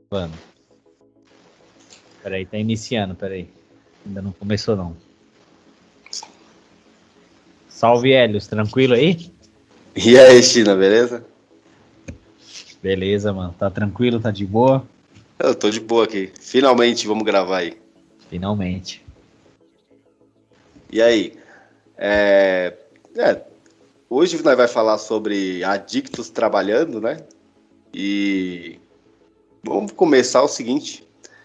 Mano, peraí, tá iniciando, peraí. Ainda não começou, não. Salve, Helios, tranquilo aí? E aí, China, beleza? Beleza, mano. Tá tranquilo, tá de boa? Eu tô de boa aqui. Finalmente vamos gravar aí. Finalmente. E aí? É, é, Hoje nós vai falar sobre adictos trabalhando, né? E vamos começar o seguinte.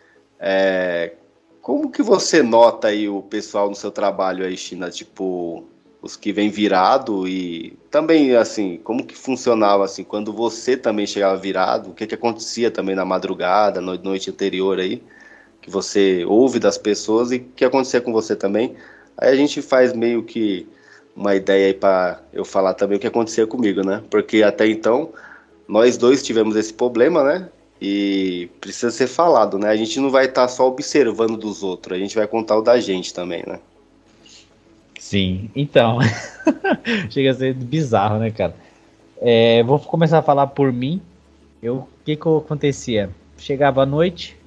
Como que você nota aí o pessoal no seu trabalho aí, China? Tipo, os que vem virado e também, assim, como que funcionava, assim, quando você também chegava virado? O que que acontecia também na madrugada, noite anterior aí? Que você ouve das pessoas e que acontecia com você também. Aí a gente faz meio que uma ideia aí para eu falar também o que acontecia comigo, né? Porque até então nós dois tivemos esse problema, né? E precisa ser falado, né? A gente não vai estar só observando dos outros, a gente vai contar o da gente também, né? Sim, então. Chega a ser bizarro, né, cara? Vou começar a falar por mim. O que que acontecia? Chegava à noite,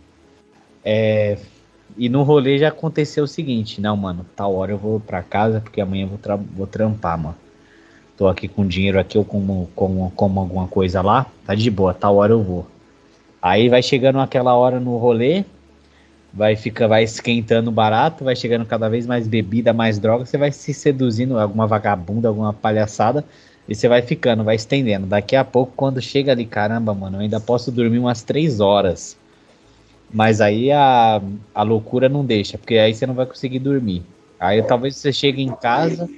e no rolê já aconteceu o seguinte: não, mano, tal hora eu vou pra casa porque amanhã eu vou trampar, mano. Tô aqui com dinheiro aqui, eu como alguma coisa lá, tá de boa, tal hora eu vou. Aí vai chegando aquela hora no rolê, vai esquentando barato, vai chegando cada vez mais bebida, mais droga, você vai se seduzindo, alguma vagabunda, alguma palhaçada, e você vai ficando, vai estendendo. Daqui a pouco, quando chega ali, caramba, mano, eu ainda posso dormir umas 3 horas. Mas aí a loucura não deixa, porque aí você não vai conseguir dormir. Aí talvez você chegue em casa.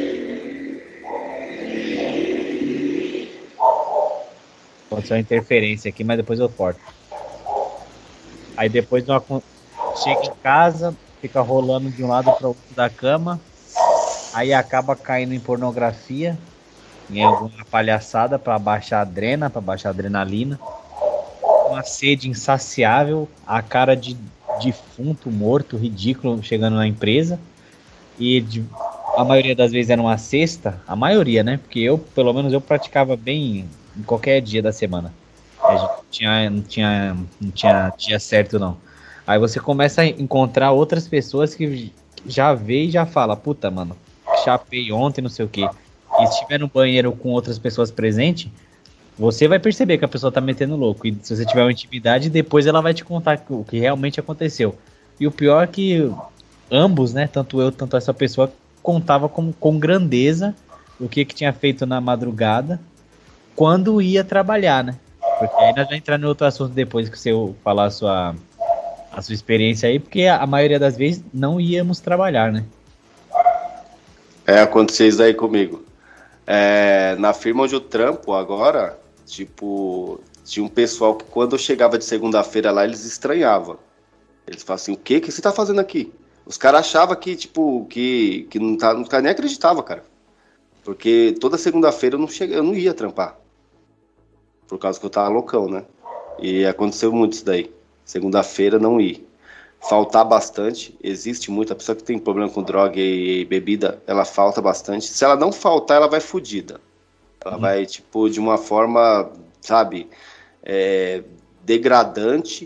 Pode ser uma interferência aqui, mas depois eu corto. Aí depois chega em casa, fica rolando de um lado para outro da cama, aí acaba caindo em pornografia, em alguma palhaçada para baixar a adrena, para baixar a adrenalina, uma sede insaciável, a cara de defunto, morto, ridículo chegando na empresa, e a maioria das vezes era uma sexta, a maioria, né? Porque pelo menos eu praticava bem em qualquer dia da semana. A gente não tinha dia certo, não. Aí você começa a encontrar outras pessoas que já vê e já fala, puta, mano, chapei ontem, não sei o quê. E se estiver no banheiro com outras pessoas presentes, você vai perceber que a pessoa tá metendo louco. E se você tiver uma intimidade, depois ela vai te contar o que realmente aconteceu. E o pior é que ambos, né, tanto eu, tanto essa pessoa, contava com grandeza o que tinha feito na madrugada quando ia trabalhar, né? Porque aí nós vamos entrar no outro assunto depois que você falar a sua experiência aí, porque a maioria das vezes não íamos trabalhar, né? Aconteceu isso aí comigo. Na firma onde eu trampo agora, tipo, tinha um pessoal que quando eu chegava de segunda-feira lá, eles estranhavam. Eles falam assim, o que você tá fazendo aqui? Os caras achavam que, tipo, que não tá, nem acreditava, cara. Porque toda segunda-feira eu não ia trampar. Por causa que eu tava loucão, né? E aconteceu muito isso daí. Segunda-feira não ir. Faltar bastante, existe muito. A pessoa que tem problema com droga e bebida, ela falta bastante. Se ela não faltar, ela vai fodida. Ela vai, tipo, de uma forma, sabe, é, degradante.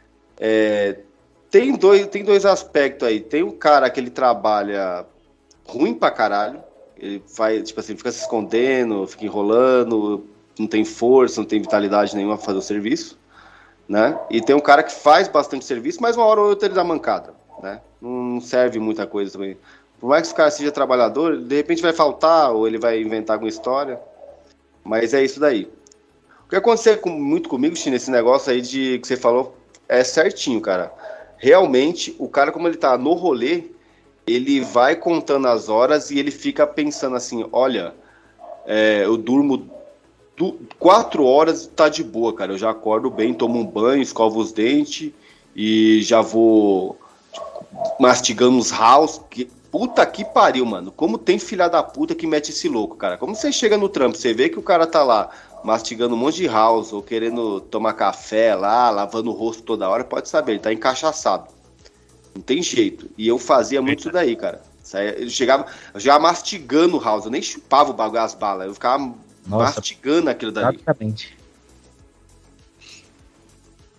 Tem dois aspectos aí. Tem o cara que ele trabalha ruim pra caralho. Ele faz, tipo assim, fica se escondendo, fica enrolando, não tem força, não tem vitalidade nenhuma pra fazer o serviço, né? E tem um cara que faz bastante serviço, mas uma hora ou outra ele dá mancada, né? Não serve muita coisa também. Por mais que esse cara seja trabalhador, de repente vai faltar ou ele vai inventar alguma história. Mas é isso daí. O que aconteceu muito comigo, China, esse negócio aí de que você falou é certinho, cara. Realmente, o cara, como ele tá no rolê, ele vai contando as horas e ele fica pensando assim: olha, eu durmo 4 horas, tá de boa, cara. Eu já acordo bem, tomo um banho, escovo os dentes e já vou mastigando os house. Puta que pariu, mano. Como tem filha da puta que mete esse louco, cara. Como você chega no trampo, você vê que o cara tá lá mastigando um monte de house ou querendo tomar café lá, lavando o rosto toda hora, pode saber, ele tá encaixaçado. Não tem jeito. E eu fazia muito isso daí, cara. Eu chegava já mastigando o house, eu nem chupava o bagulho, as balas, eu ficava Nossa, mastigando aquilo dali. exatamente.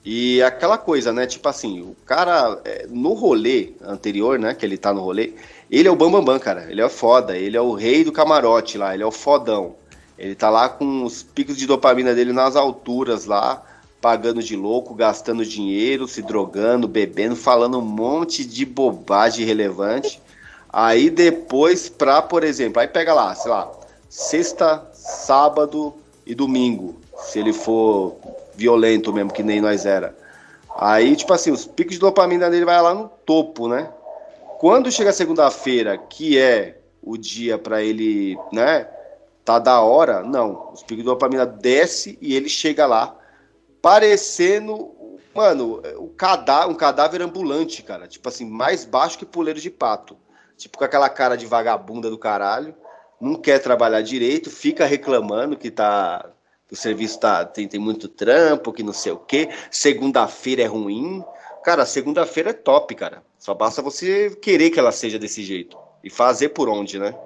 E aquela coisa, né? Tipo assim, o cara, no rolê anterior, né? Que ele tá no rolê, ele é o Bambambam, Bam, Bam, cara. Ele é foda, ele é o rei do camarote lá, ele é o fodão. Ele tá lá com os picos de dopamina dele nas alturas lá, pagando de louco, gastando dinheiro, se drogando, bebendo, falando um monte de bobagem irrelevante. Aí depois, por exemplo, aí pega lá, sei lá, sexta, sábado e domingo, se ele for violento mesmo, que nem nós era. Aí, tipo assim, os picos de dopamina dele vai lá no topo, né? Quando chega segunda-feira, que é o dia pra ele, né, tá da hora, não. Os picos de dopamina desce e ele chega lá parecendo, mano, um cadáver ambulante, cara. Tipo assim, mais baixo que puleiro de pato. Tipo, com aquela cara de vagabunda do caralho. Não quer trabalhar direito, fica reclamando que o serviço tem muito trampo, que não sei o quê. Segunda-feira é ruim. Cara, segunda-feira é top, cara. Só basta você querer que ela seja desse jeito. E fazer por onde, né?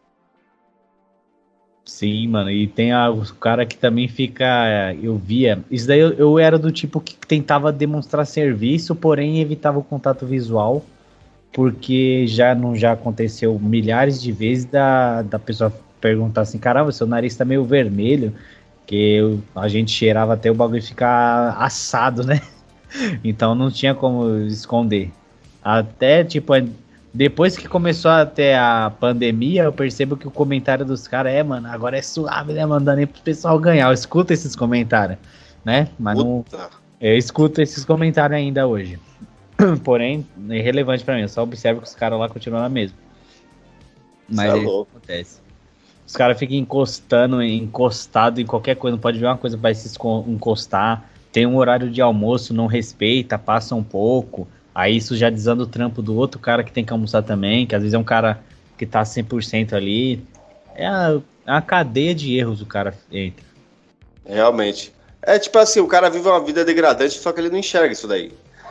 Sim, mano, e tem os cara que também fica. Eu via. Isso daí eu era do tipo que tentava demonstrar serviço, porém evitava o contato visual, porque já aconteceu milhares de vezes da pessoa perguntar assim: caramba, seu nariz tá meio vermelho, que a gente cheirava até o bagulho ficar assado, né? Então não tinha como esconder. Até, tipo, depois que começou até a pandemia, eu percebo que o comentário dos caras mano, agora é suave, né, mano? Não dá nem pro pessoal ganhar. Eu escuto esses comentários, né? Mas não. Puta. Eu escuto esses comentários ainda hoje. Porém, é irrelevante pra mim. Eu só observo que os caras lá continuam na mesma. Isso Mas é é isso que louco. acontece. Os caras ficam encostado em qualquer coisa. Não pode ver uma coisa, vai se encostar. Tem um horário de almoço, não respeita, passa um pouco. Aí isso já desanda o trampo do outro cara que tem que almoçar também, que às vezes é um cara que tá 100% ali. É uma cadeia de erros o cara entra. Realmente. É tipo assim, o cara vive uma vida degradante, só que ele não enxerga isso daí.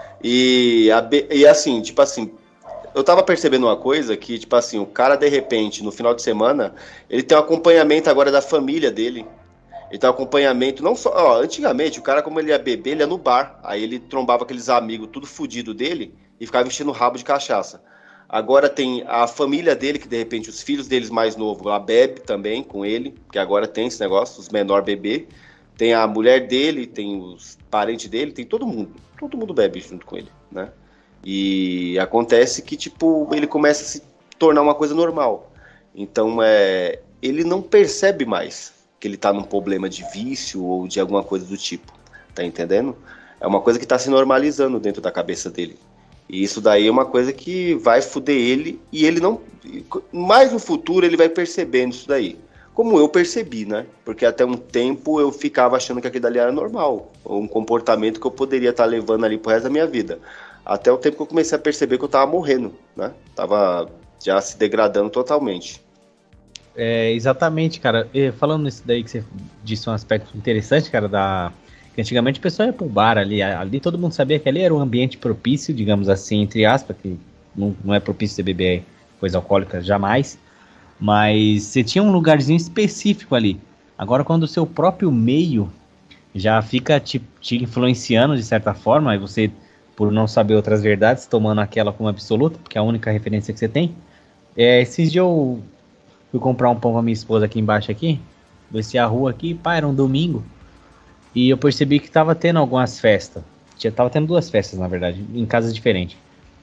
E assim, tipo assim, eu tava percebendo uma coisa que, tipo assim, o cara, de repente, no final de semana, ele tem um acompanhamento agora da família dele. Ele tem um acompanhamento, não só. Ó, antigamente, o cara, como ele ia beber, ele ia no bar. Aí ele trombava aqueles amigos tudo fudido dele e ficava enchendo o rabo de cachaça. Agora tem a família dele, que de repente os filhos deles mais novos lá bebe também com ele, que agora tem esse negócio, os menor bebê. Tem a mulher dele, tem os parentes dele, tem todo mundo. Todo mundo bebe junto com ele, né? E acontece que, tipo, ele começa a se tornar uma coisa normal. Então, ele não percebe mais que ele tá num problema de vício ou de alguma coisa do tipo. Tá entendendo? É uma coisa que tá se normalizando dentro da cabeça dele. E isso daí é uma coisa que vai foder ele e ele não. Mais no futuro ele vai percebendo isso daí. Como eu percebi, né? Porque até um tempo eu ficava achando que aquilo dali era normal. Ou um comportamento que eu poderia estar levando ali pro resto da minha vida. Até o tempo que eu comecei a perceber que eu tava morrendo, né? Tava já se degradando totalmente. É, exatamente, cara. E falando nisso daí que você disse um aspecto interessante, cara, que antigamente o pessoal ia pro bar ali. Ali todo mundo sabia que ali era um ambiente propício, digamos assim, entre aspas, que não é propício você beber coisa alcoólica jamais. Mas você tinha um lugarzinho específico ali. Agora, quando o seu próprio meio já fica te influenciando de certa forma, aí você, por não saber outras verdades, tomando aquela como absoluta, porque é a única referência que você tem. Esses dias eu fui comprar um pão com a minha esposa aqui embaixo aqui, desci a rua aqui, pá, era um domingo, e eu percebi que tava tendo algumas festas. Tava tendo duas festas, na verdade, em casas diferentes.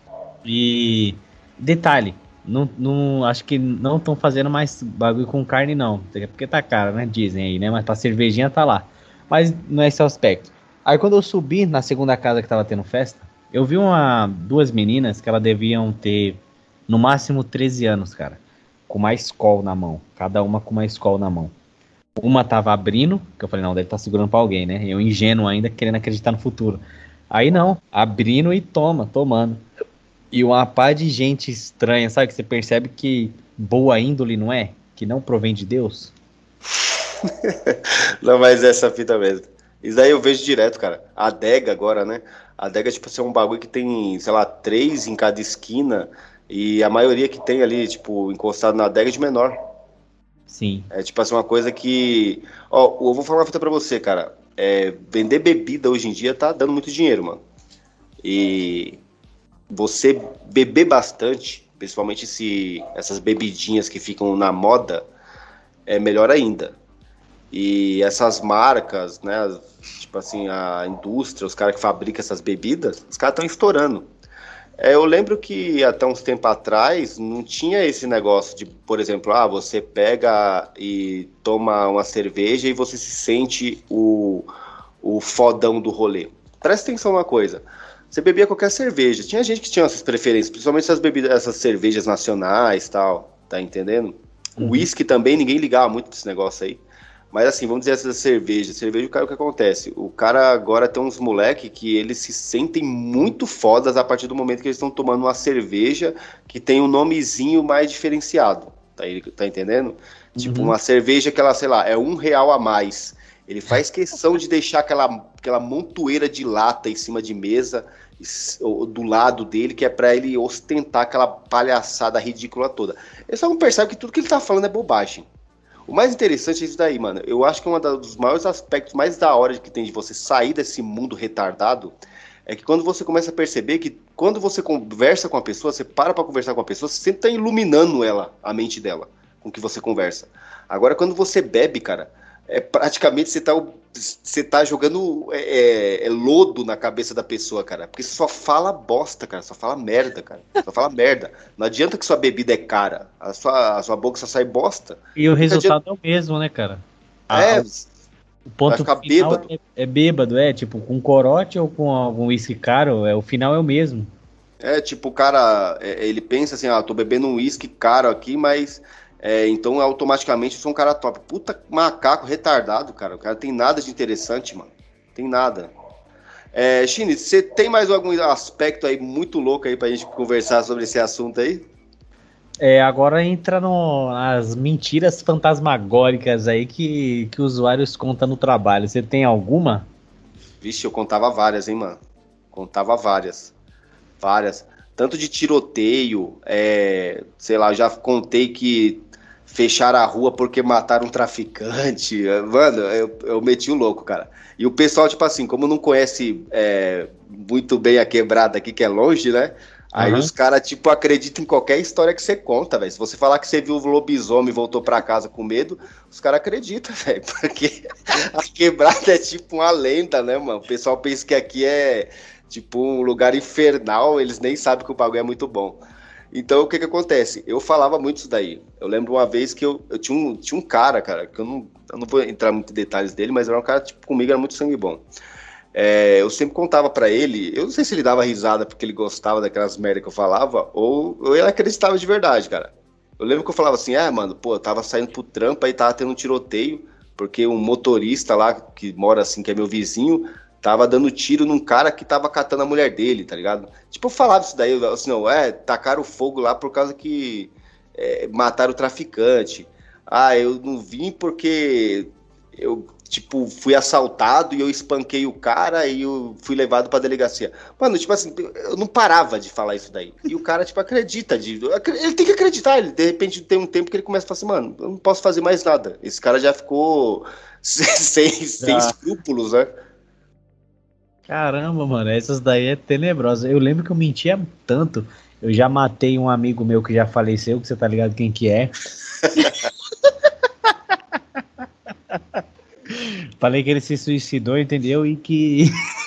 E detalhe, acho que não estão fazendo mais bagulho com carne, não. Porque tá caro, né? Dizem aí, né? Mas pra cervejinha tá lá. Mas não é esse o aspecto. Aí quando eu subi na segunda casa que tava tendo festa, eu vi duas meninas que elas deviam ter no máximo 13 anos, cara. Com uma escola na mão. Cada uma com uma escola na mão. Uma tava abrindo, que eu falei, não, deve estar segurando pra alguém, né? Eu ingênuo ainda, querendo acreditar no futuro. Aí não, abrindo e tomando. E uma pá de gente estranha, sabe? Que você percebe que boa índole não é? Que não provém de Deus. Não, mas essa fita mesmo. Isso aí eu vejo direto, cara. A adega agora, né? A adega, tipo assim, é um bagulho que tem, sei lá, três em cada esquina. E a maioria que tem ali, tipo, encostado na adega é de menor. Sim. É tipo assim, uma coisa que. Ó, eu vou falar uma fita pra você, cara. vender bebida hoje em dia tá dando muito dinheiro, mano. E você beber bastante, principalmente se essas bebidinhas que ficam na moda, é melhor ainda. E essas marcas, né, tipo assim, a indústria, os caras que fabricam essas bebidas, os caras estão estourando. Eu lembro que até uns tempos atrás não tinha esse negócio de, por exemplo, você pega e toma uma cerveja e você se sente o fodão do rolê. Presta atenção numa coisa. Você bebia qualquer cerveja. Tinha gente que tinha essas preferências, principalmente essas bebidas, essas cervejas nacionais e tal, tá entendendo? O uísque também, ninguém ligava muito pra esse negócio aí. Mas assim, vamos dizer essa cerveja. Cerveja, o que acontece? O cara agora tem uns moleque que eles se sentem muito fodas a partir do momento que eles estão tomando uma cerveja que tem um nomezinho mais diferenciado. Tá entendendo? Tipo, uma cerveja que ela, sei lá, é R$ 1 a mais. Ele faz questão de deixar aquela montoeira de lata em cima de mesa do lado dele, que é pra ele ostentar aquela palhaçada ridícula toda. Ele só não percebe que tudo que ele tá falando é bobagem. O mais interessante é isso daí, mano. Eu acho que um dos maiores aspectos mais da hora que tem de você sair desse mundo retardado é que quando você começa a perceber que quando você conversa com a pessoa, você para pra conversar com a pessoa, você sempre tá iluminando ela, a mente dela, com o que você conversa. Agora, quando você bebe, cara, praticamente você tá jogando lodo na cabeça da pessoa, cara. Porque você só fala bosta, cara. Só fala merda, cara. Só fala merda. Não adianta que sua bebida é cara. A sua boca só sai bosta. E o resultado é o mesmo, né, cara? É, O vai ponto ficar final bêbado. é bêbado, tipo, com corote ou com algum uísque caro, o final é o mesmo. Tipo, o cara, ele pensa assim, tô bebendo um uísque caro aqui, mas então automaticamente eu sou um cara top. Puta macaco retardado, cara. O cara tem nada de interessante, mano. Tem nada. Chine, você tem mais algum aspecto aí muito louco aí pra gente conversar sobre esse assunto aí? Agora entra nas mentiras fantasmagóricas aí que usuários contam no trabalho. Você tem alguma? Vixe, eu contava várias, hein, mano. Contava várias. Várias. Tanto de tiroteio, sei lá, já contei que fecharam a rua porque mataram um traficante. Mano, eu meti o louco, cara. E o pessoal, tipo assim, como não conhece muito bem a quebrada aqui, que é longe, né? Aí os caras, tipo, acreditam em qualquer história que você conta, velho. Se você falar que você viu o lobisomem e voltou pra casa com medo, os caras acreditam, velho. Porque a quebrada é tipo uma lenda, né, mano? O pessoal pensa que aqui é tipo um lugar infernal, eles nem sabem que o bagulho é muito bom. Então, o que acontece? Eu falava muito isso daí. Eu lembro uma vez que eu tinha um cara, que eu não vou entrar muito em detalhes dele, mas era um cara, tipo, comigo era muito sangue bom. Eu sempre contava pra ele, eu não sei se ele dava risada porque ele gostava daquelas merda que eu falava, ou ele acreditava de verdade, cara. Eu lembro que eu falava assim, mano, pô, eu tava saindo pro trampo, aí tava tendo um tiroteio, porque um motorista lá, que mora assim, que é meu vizinho, tava dando tiro num cara que tava catando a mulher dele, tá ligado? Tipo, eu falava isso daí, assim, não, tacaram fogo lá por causa que mataram o traficante. Eu não vim porque eu, tipo, fui assaltado e eu espanquei o cara e eu fui levado pra delegacia. Mano, tipo assim, eu não parava de falar isso daí. E o cara, tipo, acredita. Ele tem que acreditar. Ele, de repente, tem um tempo que ele começa a falar assim, mano, eu não posso fazer mais nada. Esse cara já ficou sem escrúpulos, né? Caramba, mano, essas daí é tenebrosa. Eu lembro que eu mentia tanto. Eu já matei um amigo meu que já faleceu, que você tá ligado quem que é. Falei que ele se suicidou, entendeu? E que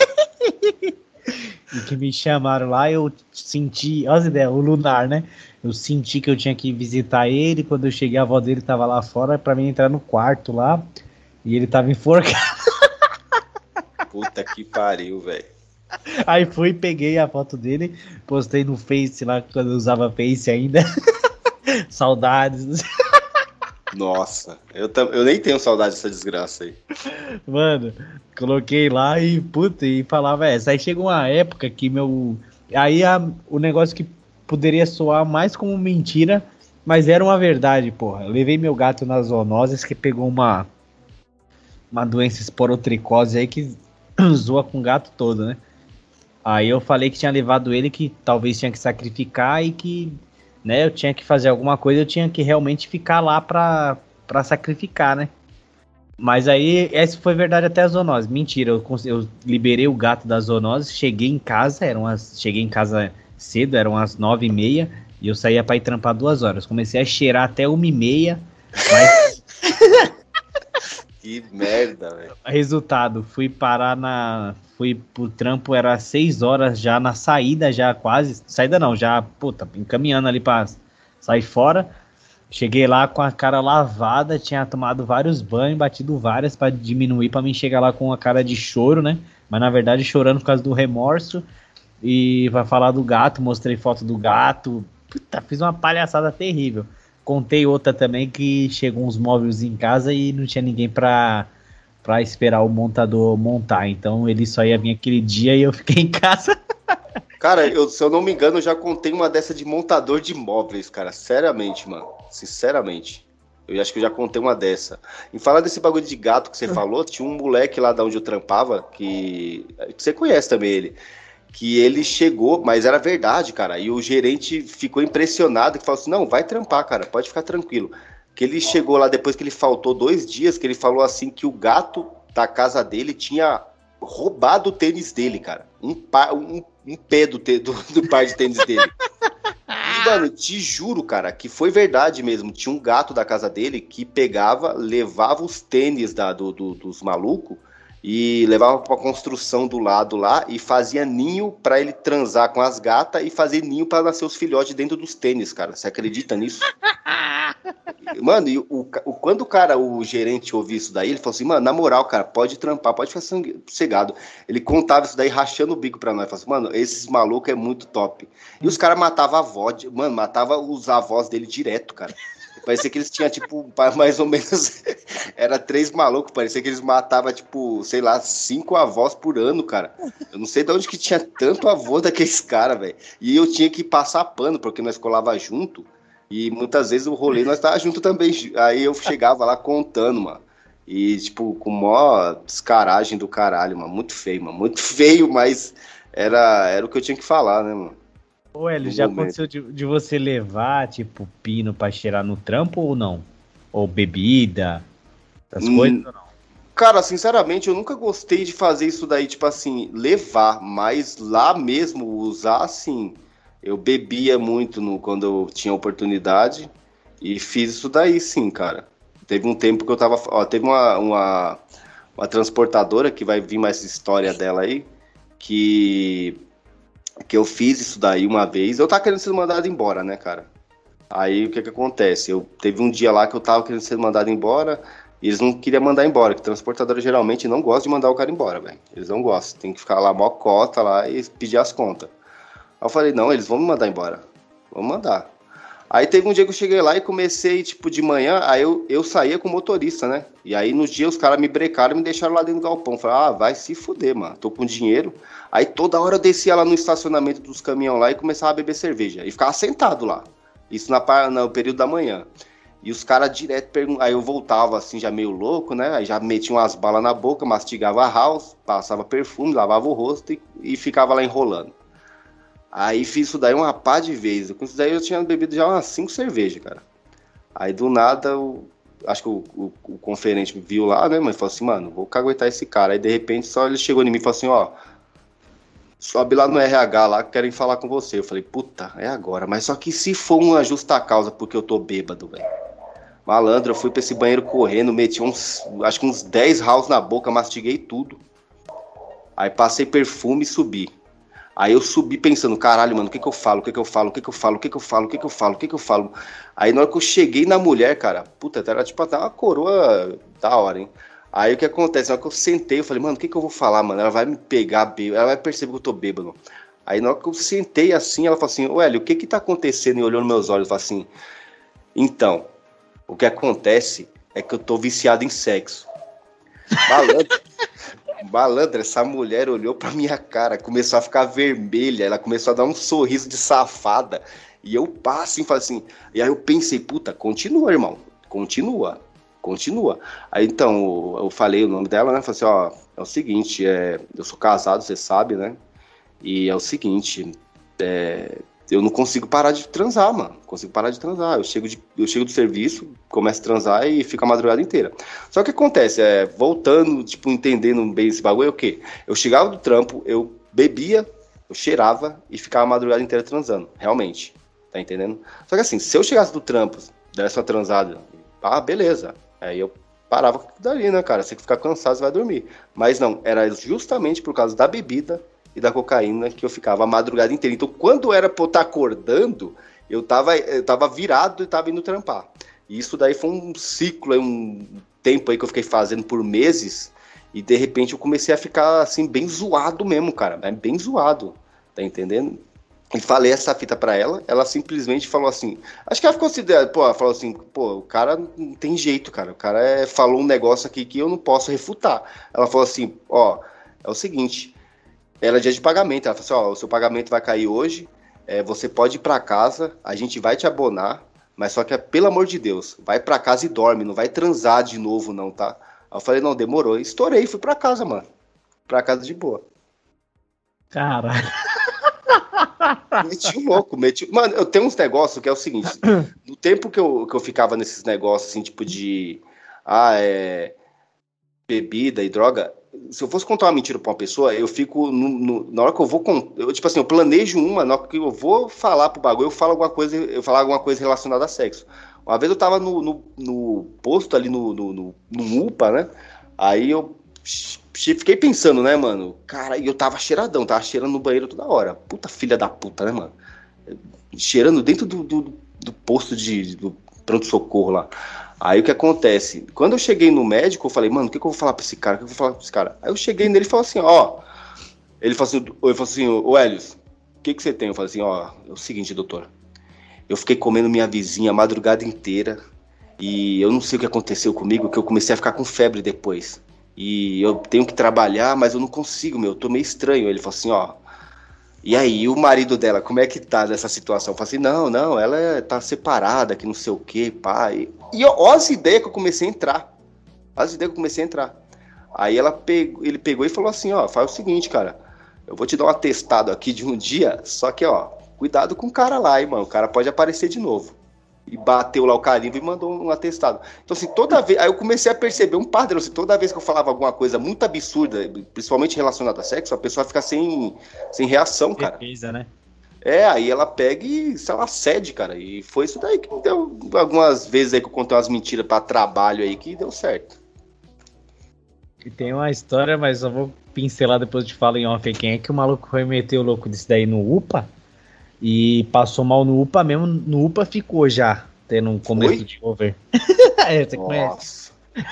me chamaram lá, eu senti, olha as ideias, o lunar, né? Eu senti que eu tinha que visitar ele. Quando eu cheguei, a avó dele tava lá fora pra mim entrar no quarto lá. E ele tava enforcado. Puta que pariu, velho. Aí fui, peguei a foto dele, postei no Face lá, quando eu usava Face ainda. Saudades. Nossa, eu nem tenho saudade dessa desgraça aí. Mano, coloquei lá e, puta, e falava essa. Aí chegou uma época que meu. Aí o negócio que poderia soar mais como mentira, mas era uma verdade, porra. Eu levei meu gato nas zoonoses que pegou uma doença esporotricose aí que zoa com o gato todo, né? Aí eu falei que tinha levado ele, que talvez tinha que sacrificar e que, né, eu tinha que fazer alguma coisa, eu tinha que realmente ficar lá pra sacrificar, né? Mas aí, essa foi verdade até a zoonose. Mentira, eu liberei o gato da zoonose, cheguei em casa, cheguei em casa cedo, eram as 9h30, e eu saía pra ir trampar 2 horas. Comecei a cheirar até 1h30, mas Que merda, velho. resultado, fui pro trampo, era 6 horas já na saída, já quase, saída não, já, puta, encaminhando ali pra sair fora. Cheguei lá com a cara lavada, tinha tomado vários banhos, batido várias pra diminuir, pra mim chegar lá com a cara de choro, né? Mas na verdade chorando por causa do remorso. E vai falar do gato, mostrei foto do gato. Puta, fiz uma palhaçada terrível. Contei outra também que chegou uns móveis em casa e não tinha ninguém pra esperar o montador montar. Então ele só ia vir aquele dia e eu fiquei em casa. Cara, se eu não me engano, eu já contei uma dessa de montador de móveis, cara. Seriamente, mano. Sinceramente. Eu acho que eu já contei uma dessa. Em falar desse bagulho de gato que você falou, tinha um moleque lá da onde eu trampava, que você conhece também ele, que ele chegou, mas era verdade, cara. E o gerente ficou impressionado, que falou assim, não, vai trampar, cara, pode ficar tranquilo. Que ele chegou lá depois que ele faltou 2 dias, que ele falou assim que o gato da casa dele tinha roubado o tênis dele, cara. Um pé do par de tênis dele. E, mano, te juro, cara, que foi verdade mesmo. Tinha um gato da casa dele que pegava, levava os tênis dos malucos e levava pra construção do lado lá e fazia ninho pra ele transar com as gatas e fazer ninho pra nascer os filhotes dentro dos tênis, cara. Você acredita nisso? Mano, e quando o gerente ouviu isso daí, ele falou assim, mano, na moral, cara, pode trampar, pode ficar sossegado. Ele contava isso daí, rachando o bico pra nós. Falou assim, mano, esses malucos é muito top. E os caras matavam a avó, mano, matava os avós dele direto, cara. Parecia que eles tinham, tipo, mais ou menos, era 3 malucos, parecia que eles matavam, tipo, sei lá, 5 avós por ano, cara. Eu não sei de onde que tinha tanto avô daqueles caras, velho. E eu tinha que passar pano, porque nós colava junto, e muitas vezes o rolê nós tava junto também. Aí eu chegava lá contando, mano. E, tipo, com mó descaragem do caralho, mano. Muito feio, mano. Muito feio, mas era o que eu tinha que falar, né, mano? Ô, Hélio, No já momento. aconteceu de você levar, tipo, pino pra cheirar no trampo ou não? Ou bebida, essas coisas Hum, ou não? Cara, sinceramente, eu nunca gostei de fazer isso daí, tipo assim, levar, mas lá mesmo usar, assim, eu bebia muito quando eu tinha oportunidade e fiz isso daí, sim, cara. Teve um tempo que eu tava, ó, teve uma transportadora que vai vir mais história dela aí, que, que eu fiz isso daí uma vez. Eu tava querendo ser mandado embora, né, cara? Aí o que que acontece? Teve um dia lá que eu tava querendo ser mandado embora e eles não queriam mandar embora, que transportadora geralmente não gosta de mandar o cara embora, velho. Eles não gostam, tem que ficar lá mó cota lá e pedir as contas. Aí eu falei, não, eles vão me mandar embora. Vamos mandar. Aí teve um dia que eu cheguei lá e comecei, tipo, de manhã, aí eu saía com o motorista, né? E aí nos dias os caras me brecaram e me deixaram lá dentro do galpão. Falei, vai se fuder, mano, tô com dinheiro. Aí toda hora eu descia lá no estacionamento dos caminhões lá e começava a beber cerveja. E ficava sentado lá. Isso no período da manhã. E os caras direto perguntavam. Aí eu voltava assim, já meio louco, né? Aí já metia umas balas na boca, mastigava a house, passava perfume, lavava o rosto e ficava lá enrolando. Aí fiz isso daí uma pá de vezes. Com isso daí eu tinha bebido já umas 5 cervejas, cara. Aí do nada, acho que o conferente viu lá, né? Mas falou assim, mano, vou caguetar esse cara. Aí de repente só ele chegou em mim e falou assim, ó. Sobe lá no RH lá que querem falar com você. Eu falei, puta, é agora. Mas só que se for uma justa causa porque eu tô bêbado, velho. Malandro, eu fui pra esse banheiro correndo, meti acho que uns 10 house na boca, mastiguei tudo. Aí passei perfume e subi. Aí eu subi pensando, caralho, mano, o que que eu falo? O que que eu falo? O que que eu falo? O que que eu falo? O que que eu falo? O que que eu falo? Aí na hora que eu cheguei na mulher, cara, puta, era tipo até uma coroa da hora, hein? Aí o que acontece? Na hora que eu sentei, eu falei, mano, o que que eu vou falar, mano? Ela vai me pegar bêbado, ela vai perceber que eu tô bêbado. Aí na hora que eu sentei assim, ela falou assim, ô Hélio, o que que tá acontecendo? E olhou nos meus olhos e falou assim, então, o que acontece é que eu tô viciado em sexo. Malandro, malandro, essa mulher olhou pra minha cara, começou a ficar vermelha, ela começou a dar um sorriso de safada. E eu passo e falo assim. E aí eu pensei, puta, continua, irmão. Continua, continua. Aí então eu falei o nome dela, né? Falei assim, ó, é o seguinte, eu sou casado, você sabe, né? E é o seguinte, eu não consigo parar de transar, mano. Não consigo parar de transar. Eu chego do serviço, começo a transar e fico a madrugada inteira. Só que acontece, voltando, tipo, entendendo bem esse bagulho, é o quê? Eu chegava do trampo, eu bebia, eu cheirava e ficava a madrugada inteira transando. Realmente. Tá entendendo? Só que assim, se eu chegasse do trampo, desse uma transada, beleza. Aí eu parava com aquilo dali, né, cara? Você que ficar cansado, você vai dormir. Mas não, era justamente por causa da bebida e da cocaína que eu ficava a madrugada inteira. Então, quando era pra eu estar acordando, eu tava virado e tava indo trampar. E isso daí foi um ciclo, um tempo aí que eu fiquei fazendo por meses, e de repente eu comecei a ficar, assim, bem zoado mesmo, cara. Bem zoado, tá entendendo? E falei essa fita pra ela, ela simplesmente falou assim, acho que ela ficou considerada, ela falou assim, o cara não tem jeito, cara, o cara falou um negócio aqui que eu não posso refutar. Ela falou assim, é o seguinte, ela é dia de pagamento, ela falou assim, o seu pagamento vai cair hoje, você pode ir pra casa, a gente vai te abonar, mas só que, pelo amor de Deus, vai pra casa e dorme, não vai transar de novo não, tá? Aí eu falei, não, demorou, estourei, fui pra casa, mano, pra casa de boa. Caralho. Meti um louco, Mano, eu tenho uns negócios que é o seguinte, no tempo que eu ficava nesses negócios, assim, tipo de... bebida e droga, se eu fosse contar uma mentira pra uma pessoa, eu fico na hora que eu vou tipo assim, eu planejo na hora que eu vou falar pro bagulho, eu falo alguma coisa relacionada a sexo. Uma vez eu tava no posto ali no UPA, né? Aí eu fiquei pensando, né, mano? Cara, e eu tava cheiradão, tava cheirando no banheiro toda hora. Puta filha da puta, né, mano? Cheirando dentro do posto do pronto-socorro lá. Aí o que acontece? Quando eu cheguei no médico, eu falei, mano, o que eu vou falar pra esse cara? O que eu vou falar pra esse cara? Aí eu cheguei nele e falei assim, Ele falou assim, ô Helios, o que você tem? Eu falei assim, é o seguinte, doutor. Eu fiquei comendo minha vizinha a madrugada inteira e eu não sei o que aconteceu comigo, que eu comecei a ficar com febre depois. E eu tenho que trabalhar, mas eu não consigo, eu tô meio estranho. Ele falou assim, e aí, o marido dela, como é que tá nessa situação? Eu falei assim, não, ela tá separada, que não sei o que, pai. E ó as ideias que eu comecei a entrar. Aí ele pegou e falou assim, faz o seguinte, cara, eu vou te dar um atestado aqui de um dia, só que, cuidado com o cara lá, hein, mano, o cara pode aparecer de novo. E bateu lá o carimbo e mandou um atestado. Então, assim, toda vez... Aí eu comecei a perceber um padrão. Assim, toda vez que eu falava alguma coisa muito absurda, principalmente relacionada a sexo, a pessoa fica sem reação, cara. Defesa, né? Aí ela pega e, sei lá, cede, cara. E foi isso daí que deu algumas vezes aí que eu contei umas mentiras pra trabalho aí que deu certo. E tem uma história, mas eu vou pincelar depois de falar em off. Quem é que o maluco foi meter o louco disso daí no UPA? E passou mal no UPA mesmo. No UPA ficou já, tendo um começo de over. Você conhece?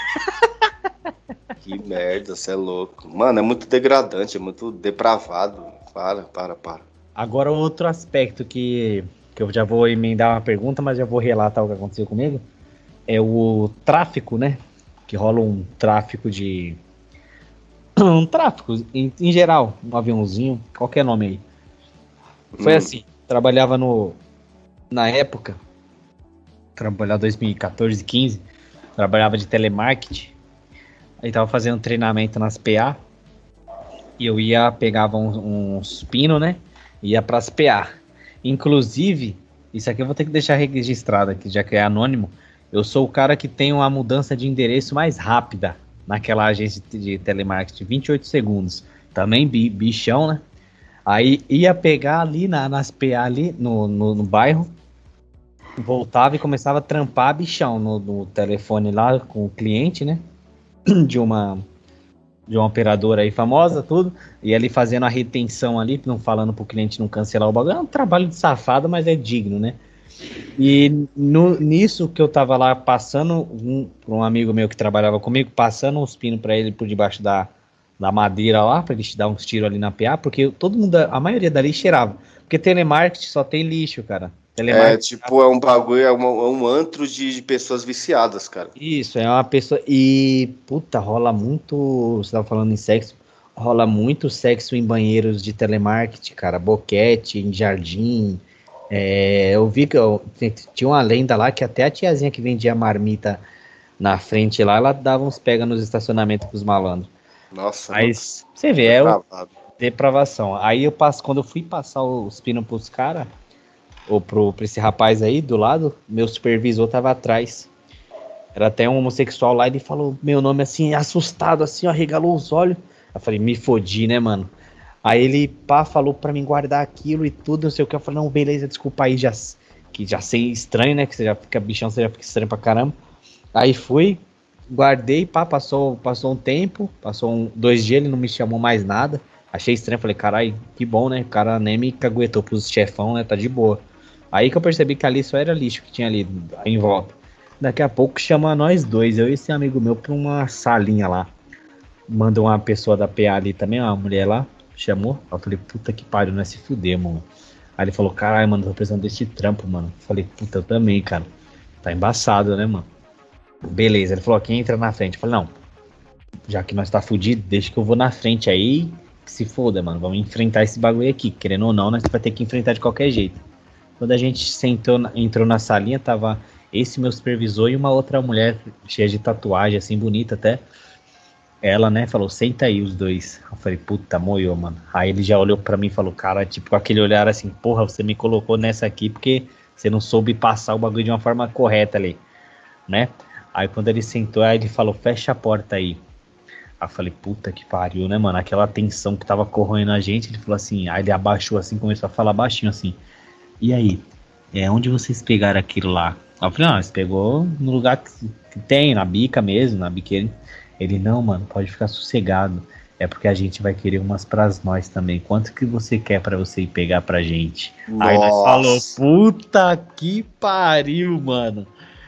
Que merda, você é louco. Mano, é muito degradante, é muito depravado. Para. Agora outro aspecto que eu já vou emendar uma pergunta, mas já vou relatar o que aconteceu comigo. É o tráfico, né? Que rola um tráfico de... Um tráfico, em geral, um aviãozinho, qualquer nome aí. Foi assim, trabalhava na época, trabalhava 2014, 15, trabalhava de telemarketing, aí tava fazendo treinamento nas PA, e eu pegava uns pinos, né, ia pras PA. Inclusive, isso aqui eu vou ter que deixar registrado aqui, já que é anônimo, eu sou o cara que tem uma mudança de endereço mais rápida naquela agência de telemarketing, 28 segundos. Também bichão, né? Aí ia pegar ali nas PA ali no bairro, voltava e começava a trampar bichão no telefone lá com o cliente, né? De uma operadora aí famosa, tudo. E ali fazendo a retenção ali, não falando pro cliente não cancelar o bagulho. É um trabalho de safado, mas é digno, né? E nisso que eu tava lá passando, um amigo meu que trabalhava comigo, passando uns pinos pra ele por debaixo da madeira lá, pra ele te dar uns tiros ali na PA, porque todo mundo, a maioria dali cheirava. Porque telemarketing só tem lixo, cara. É um bagulho, é um antro de pessoas viciadas, cara. Isso, é uma pessoa. E, puta, rola muito. Você tava falando em sexo, rola muito sexo em banheiros de telemarketing, cara. Boquete, em jardim. Eu vi que tinha uma lenda lá que até a tiazinha que vendia marmita na frente lá, ela dava uns pega nos estacionamentos pros malandros. Nossa, mas você vê, depravação. Aí quando eu fui passar os pinos pros caras, ou pra esse rapaz aí do lado, meu supervisor tava atrás. Era até um homossexual lá, ele falou meu nome assim, assustado, assim, ó, arregalou os olhos. Eu falei, me fodi, né, mano? Aí ele, pá, falou pra mim guardar aquilo e tudo, não sei o que. Eu falei, não, beleza, desculpa aí, que já sei estranho, né? Que você já fica bichão, você já fica estranho pra caramba. Aí fui, guardei, pá, passou um tempo, passou 2 dias, ele não me chamou mais nada. Achei estranho, falei, caralho, que bom, né? O cara nem me caguetou pros chefão, né? Tá de boa. Aí que eu percebi que ali só era lixo que tinha ali em volta. Daqui a pouco chama nós dois, eu e esse amigo meu, pra uma salinha lá. Manda uma pessoa da PA ali também, uma mulher lá, chamou. Eu falei, puta que pariu, não é se fuder, mano. Aí ele falou, caralho, mano, tô precisando desse trampo, mano. Eu falei, puta, eu também, cara. Tá embaçado, né, mano? Beleza, ele falou, quem entra na frente? Eu falei, não, já que nós tá fudido, deixa que eu vou na frente aí, que se foda, mano. Vamos enfrentar esse bagulho aqui. Querendo ou não, nós vai ter que enfrentar de qualquer jeito. Quando a gente entrou na salinha, tava esse meu supervisor e uma outra mulher cheia de tatuagem, assim, bonita até. Ela, né, falou, senta aí os dois. Eu falei, puta, moiou, mano. Aí ele já olhou pra mim e falou, cara, tipo, com aquele olhar assim, porra, você me colocou nessa aqui porque você não soube passar o bagulho de uma forma correta ali, né? Aí quando ele sentou, aí ele falou, fecha a porta aí. Aí eu falei, puta que pariu, né, mano? Aquela tensão que tava corroendo a gente, ele falou assim, aí ele abaixou assim, começou a falar baixinho assim. E aí, onde vocês pegaram aquilo lá? Aí eu falei, não, eles pegou no lugar que tem, na bica mesmo, na biqueira. Ele, não, mano, pode ficar sossegado. É porque a gente vai querer umas pras nós também. Quanto que você quer pra você ir pegar pra gente? Aí nós falou, Nossa. puta que pariu, mano.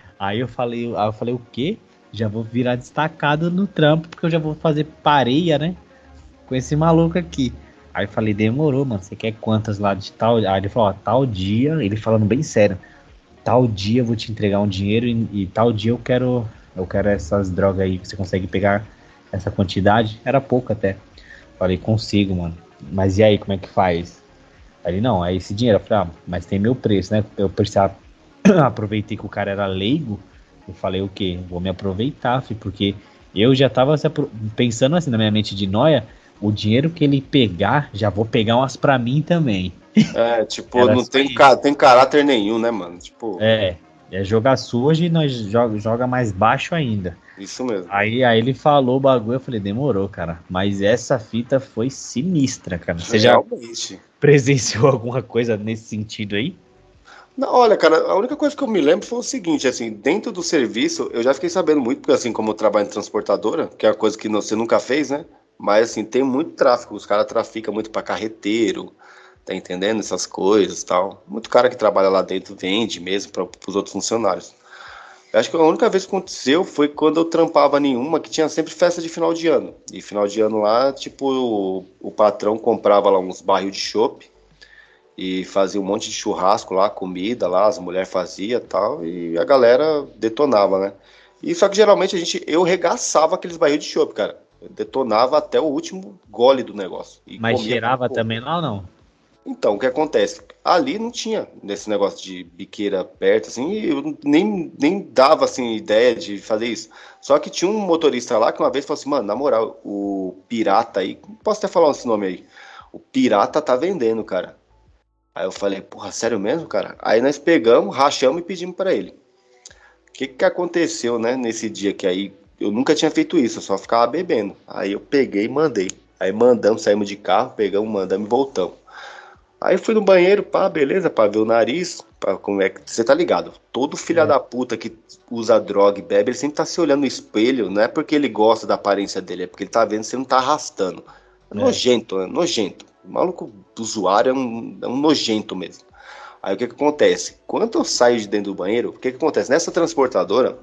Aí eu falei, o quê? Já vou virar destacado no trampo, porque eu já vou fazer pareia, né? Com esse maluco aqui. Aí eu falei, demorou, mano. Você quer quantas lá de tal? Aí ele falou, ó, tal dia, ele falando bem sério. Tal dia eu vou te entregar um dinheiro e tal dia eu quero essas drogas aí que você consegue pegar essa quantidade. Era pouco até. Falei, consigo, mano. Mas e aí, como é que faz? Aí ele, não, é esse dinheiro. Eu falei, mas tem meu preço, né? Eu precisava, aproveitei que o cara era leigo. Eu falei, o quê? Vou me aproveitar, filho, porque eu já tava pensando assim na minha mente de noia, o dinheiro que ele pegar, já vou pegar umas pra mim também. É, tipo, Era não só tem, isso. tem caráter nenhum, né, mano? Tipo, É jogar sujo e nós joga mais baixo ainda. isso mesmo. Aí ele falou o bagulho, eu falei, demorou, cara. Mas essa fita foi sinistra, cara. Você já Realmente. presenciou alguma coisa nesse sentido aí? Não, olha, cara, a única coisa que eu me lembro foi o seguinte, assim, dentro do serviço, eu já fiquei sabendo muito, porque assim, como eu trabalho em transportadora, que é uma coisa que você nunca fez, né? Mas assim, tem muito tráfico, os caras traficam muito pra carreteiro, tá entendendo? Essas coisas e tal. Muito cara que trabalha lá dentro vende mesmo para os outros funcionários. Eu acho que a única vez que aconteceu foi quando eu trampava nenhuma, que tinha sempre festa de final de ano. E final de ano lá, tipo, o patrão comprava lá uns barril de chopp e fazia um monte de churrasco lá, comida lá, as mulheres faziam e tal, e a galera detonava, né? E só que geralmente eu regaçava aqueles barril de chopp, cara. Eu detonava até o último gole do negócio e Mas comia com cheirava pouco. também lá ou não? Então, o que acontece? Ali não tinha nesse negócio de biqueira perto, assim, e eu nem dava, assim, ideia de fazer isso. Só que tinha um motorista lá que uma vez falou assim, mano, na moral, o Pirata aí, posso até falar esse nome aí, o Pirata tá vendendo, cara. Aí eu falei, porra, sério mesmo, cara? Aí nós pegamos, rachamos e pedimos pra ele. O que que aconteceu, né, nesse dia que aí eu nunca tinha feito isso, eu só ficava bebendo. Aí eu peguei e mandei. Aí mandamos, saímos de carro, pegamos, mandamos e voltamos. Aí fui no banheiro, pá, beleza, pra ver o nariz, pra, como é que. Você tá ligado? Todo filho É, da puta que usa droga e bebe, ele sempre tá se olhando no espelho, não é porque ele gosta da aparência dele, é porque ele tá vendo se ele não tá arrastando. É é. nojento, é nojento. O maluco usuário é um nojento mesmo. Aí o que que acontece? Quando eu saio de dentro do banheiro, o que que acontece? Nessa transportadora,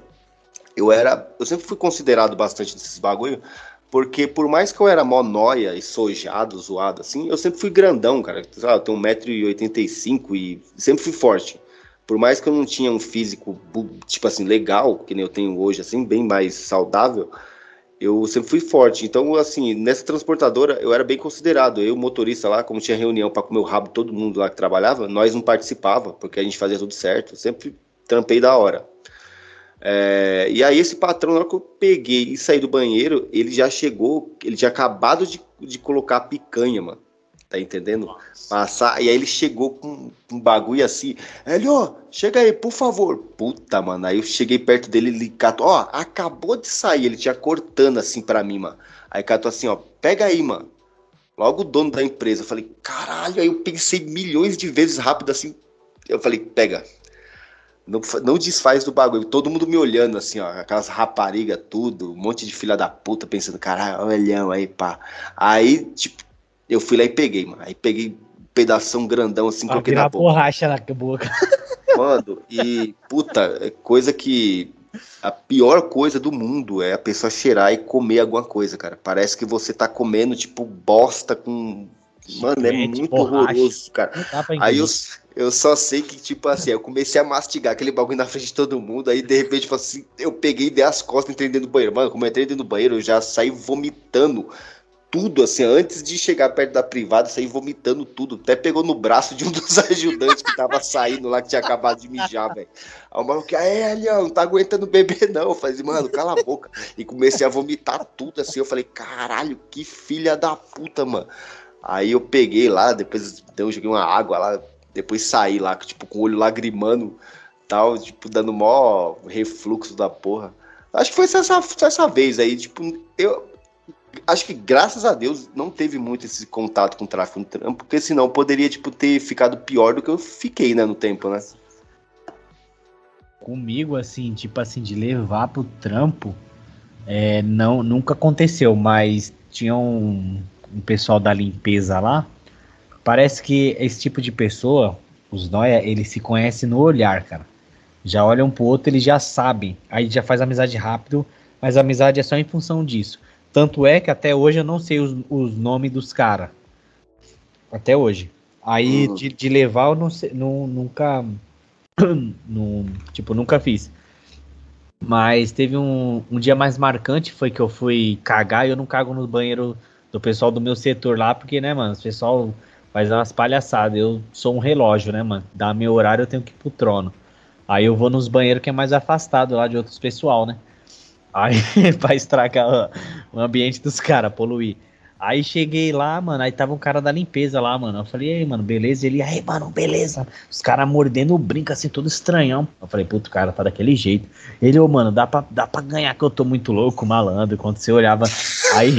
eu sempre fui considerado bastante desses bagulho, porque por mais que eu era mó nóia e sojado, zoado, assim, eu sempre fui grandão, cara. Eu tenho 1,85 m e sempre fui forte. Por mais que eu não tinha um físico, tipo assim, legal, que nem eu tenho hoje, assim, bem mais saudável, eu sempre fui forte. Então, assim, nessa transportadora eu era bem considerado. Eu, motorista lá, como tinha reunião para comer o rabo todo mundo lá que trabalhava, nós não participava, porque a gente fazia tudo certo. Eu sempre trampei da hora. E aí esse patrão, na hora que eu peguei e saí do banheiro, ele já chegou, ele tinha acabado de colocar a picanha, mano. tá entendendo? Passar, e aí ele chegou com um bagulho assim, Hélio, chega aí, por favor. Puta, mano, aí eu cheguei perto dele, ele catou, ó, acabou de sair, ele tinha cortando assim pra mim, mano. Aí catou assim, ó, pega aí, mano. Logo o dono da empresa, eu falei, caralho, aí eu pensei milhões de vezes rápido assim, eu falei, pega. Não desfaz do bagulho. Todo mundo me olhando assim, ó. Aquelas raparigas, tudo. Um monte de filha da puta pensando, caralho, olhão aí, pá. Aí, tipo, eu fui lá e peguei, mano. Aí peguei um pedação grandão assim, Pra coloquei na virar boca. borracha na boca. Mano, e, puta, é coisa que. A pior coisa do mundo é a pessoa cheirar e comer alguma coisa, cara. Parece que você tá comendo, tipo, bosta com. Mano, é Chiclete, muito borracha. horroroso, cara. Não dá pra Aí engolir. eu só sei que, tipo assim, eu comecei a mastigar aquele bagulho na frente de todo mundo. Aí, de repente, tipo assim, eu peguei, dei as costas e entrei dentro do banheiro. Mano, como eu entrei dentro do banheiro, eu já saí vomitando tudo, assim, antes de chegar perto da privada, saí vomitando tudo. Até pegou no braço de um dos ajudantes que tava saindo lá, que tinha acabado de mijar, velho. Aí o maluco, Leão, não tá aguentando beber, não. Eu falei, mano, cala a boca. E comecei a vomitar tudo, assim. Eu falei, caralho, que filha da puta, mano. Aí eu peguei lá, depois eu joguei uma água lá, depois saí lá, tipo, com o olho lagrimando, tal, tipo, dando mó refluxo da porra. Acho que foi essa vez aí, tipo, eu acho que graças a Deus não teve muito esse contato com o tráfico no trampo, porque senão poderia, tipo, ter ficado pior do que eu fiquei, né, no tempo, né? Comigo, assim, tipo assim, de levar pro trampo, não, nunca aconteceu, mas tinha um pessoal da limpeza lá. Parece que esse tipo de pessoa, os nóia, eles se conhecem no olhar, cara. Já olham pro outro, eles já sabem. Aí já faz amizade rápido, mas a amizade é só em função disso. Tanto é que até hoje eu não sei os nomes dos caras. Até hoje. Aí Uhum. de levar eu não sei, nunca. Tipo, nunca fiz. Mas teve um dia mais marcante, foi que eu fui cagar e eu não cago no banheiro do pessoal do meu setor lá, porque, né, mano, o pessoal faz umas palhaçadas. Eu sou um relógio, né, mano? Dá meu horário, eu tenho que ir pro trono. Aí eu vou nos banheiros que é mais afastado lá de outros pessoal, né? Aí, pra estragar o ambiente dos caras, poluir. Aí cheguei lá, mano, aí tava um cara da limpeza lá, mano. Eu falei, aí, mano, beleza? Ele, aí, mano, beleza. Os caras mordendo o brinco assim, todo estranhão. Eu falei, puto, o cara tá daquele jeito. Ele, ô, mano, dá pra ganhar que eu tô muito louco, malandro. Quando você olhava. Aí,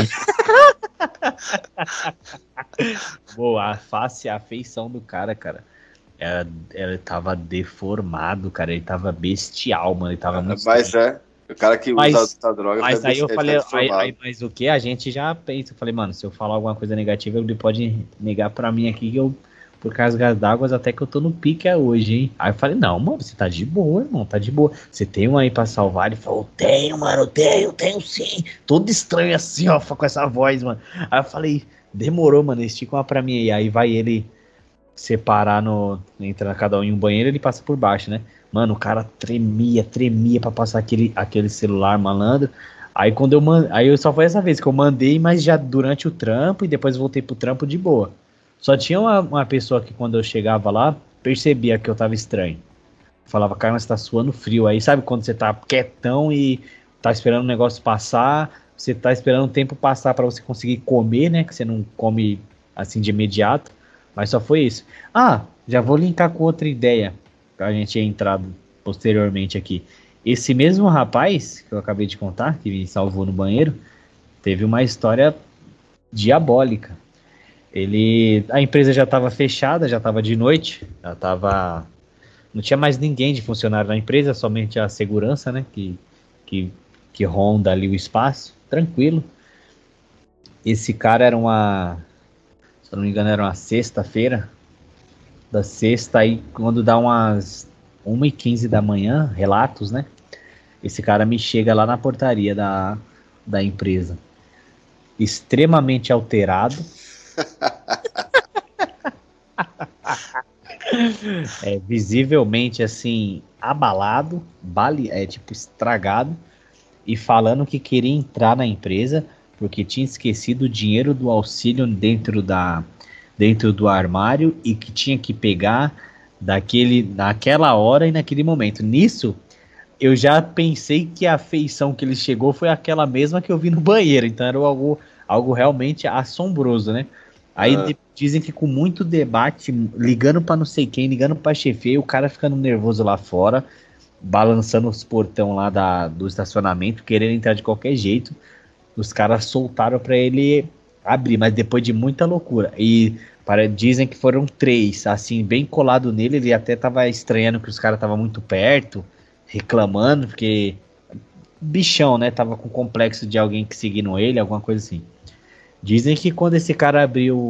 boa, a face, a feição do cara. Ela tava deformado, cara. Ele tava bestial, mano. Ele tava muito Mas estranho. o cara que usa Mas, essa droga mas aí eu ele fica falei, deformado. mas o que? A gente já pensa. Eu falei, mano, se eu falar alguma coisa negativa, ele pode negar pra mim aqui que eu, por causa d'água, até que eu tô no pique hoje, hein? Aí eu falei, não, mano, você tá de boa, irmão, tá de boa. Você tem um aí pra salvar? Ele falou, tenho, mano, tenho sim. Todo estranho assim, ó, com essa voz, mano. Aí eu falei, demorou, mano, estica uma pra mim aí. Aí vai ele separar entra cada um em um banheiro, ele passa por baixo, né? Mano, o cara tremia pra passar aquele celular malandro. Aí quando aí eu só foi essa vez que eu mandei, mas já durante o trampo e depois voltei pro trampo de boa. Só tinha uma pessoa que quando eu chegava lá, percebia que eu tava estranho. Falava, cara, você tá suando frio aí, sabe quando você tá quietão e tá esperando o negócio passar, você tá esperando o tempo passar pra você conseguir comer, né? Que você não come assim de imediato. Mas só foi isso. Ah, já vou linkar com outra ideia pra gente entrar posteriormente aqui. Esse mesmo rapaz que eu acabei de contar, que me salvou no banheiro, teve uma história diabólica. A empresa já estava fechada, já estava de noite, não tinha mais ninguém de funcionário na empresa, somente a segurança, né, que, que ronda ali o espaço, tranquilo. Esse cara se eu não me engano, era uma sexta-feira, da sexta, aí quando dá umas 1h15 da manhã, relatos, né? Esse cara me chega lá na portaria da empresa, extremamente alterado, visivelmente assim, abalado, tipo estragado, e falando que queria entrar na empresa porque tinha esquecido o dinheiro do auxílio dentro do armário e que tinha que pegar naquela hora e naquele momento. Nisso, eu já pensei que a feição que ele chegou foi aquela mesma que eu vi no banheiro, então era algo realmente assombroso, né? Aí dizem que com muito debate, ligando pra não sei quem, ligando pra chefia, o cara ficando nervoso lá fora, balançando os portão lá do estacionamento, querendo entrar de qualquer jeito. Os caras soltaram pra ele abrir, mas depois de muita loucura. E dizem que foram 3, assim, bem colado nele. Ele até tava estranhando que os caras estavam muito perto, reclamando, porque bichão, né? Tava com complexo de alguém que seguindo ele, alguma coisa assim. Dizem que quando esse cara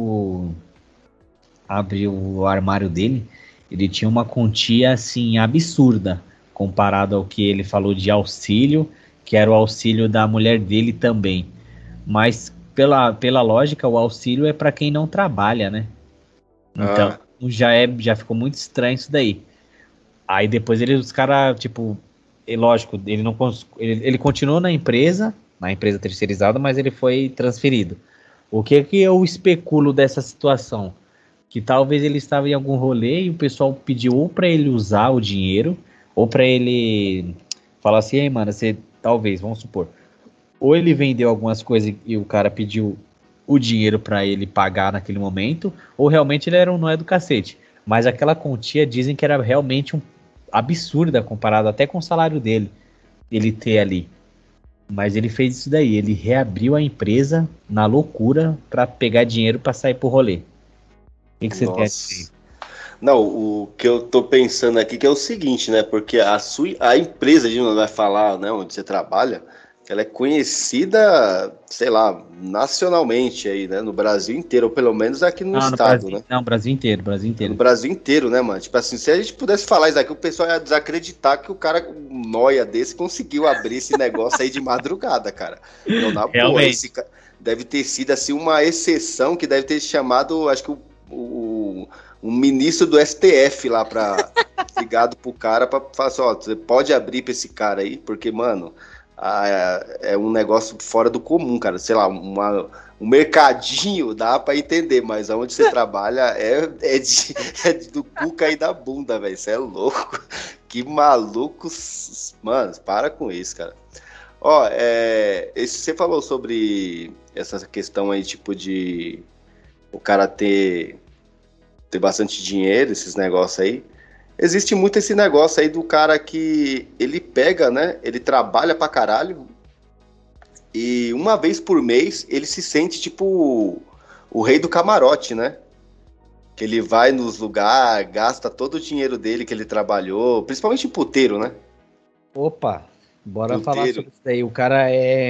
abriu o armário dele, ele tinha uma quantia assim absurda comparado ao que ele falou de auxílio, que era o auxílio da mulher dele também. Mas pela lógica, o auxílio é para quem não trabalha, né? Então já ficou muito estranho isso daí. Aí depois os caras, tipo, lógico, ele não ele continuou na empresa terceirizada, mas ele foi transferido. O que eu especulo dessa situação? Que talvez ele estava em algum rolê e o pessoal pediu ou para ele usar o dinheiro, ou para ele falar assim, ei, mano, você talvez, vamos supor, ou ele vendeu algumas coisas e o cara pediu o dinheiro para ele pagar naquele momento, ou realmente ele era um nóia do cacete. Mas aquela quantia dizem que era realmente absurda comparado até com o salário dele, ele ter ali. Mas ele fez isso daí, ele reabriu a empresa na loucura para pegar dinheiro para sair pro rolê. O que você tem a dizer? Não, o que eu tô pensando aqui que é o seguinte, né? Porque a empresa, a gente não vai falar, né, onde você trabalha, ela é conhecida, sei lá, nacionalmente aí, né? No Brasil inteiro, ou pelo menos aqui no estado, né? Não, Brasil inteiro, Brasil No inteiro. Brasil inteiro, né, mano? Tipo assim, se a gente pudesse falar isso aqui, o pessoal ia desacreditar que o cara, um noia desse, conseguiu abrir esse negócio aí de madrugada, cara. Não, na boa, Realmente. deve ter sido, assim, uma exceção que deve ter chamado, acho que o ministro do STF lá pra ligado pro cara pra falar assim, ó, você pode abrir pra esse cara aí, porque, mano, é um negócio fora do comum, cara. Sei lá, um mercadinho dá pra entender, mas aonde você trabalha é do cu cair da bunda, velho. Você é louco. Que malucos. Mano, para com isso, cara. Ó, você falou sobre essa questão aí, tipo, de o cara ter bastante dinheiro, esses negócios aí. Existe muito esse negócio aí do cara que ele pega, né? Ele trabalha pra caralho e uma vez por mês ele se sente tipo o rei do camarote, né? Que ele vai nos lugares, gasta todo o dinheiro dele que ele trabalhou, principalmente em puteiro, né? Opa, bora falar Puteiro. sobre isso daí. O cara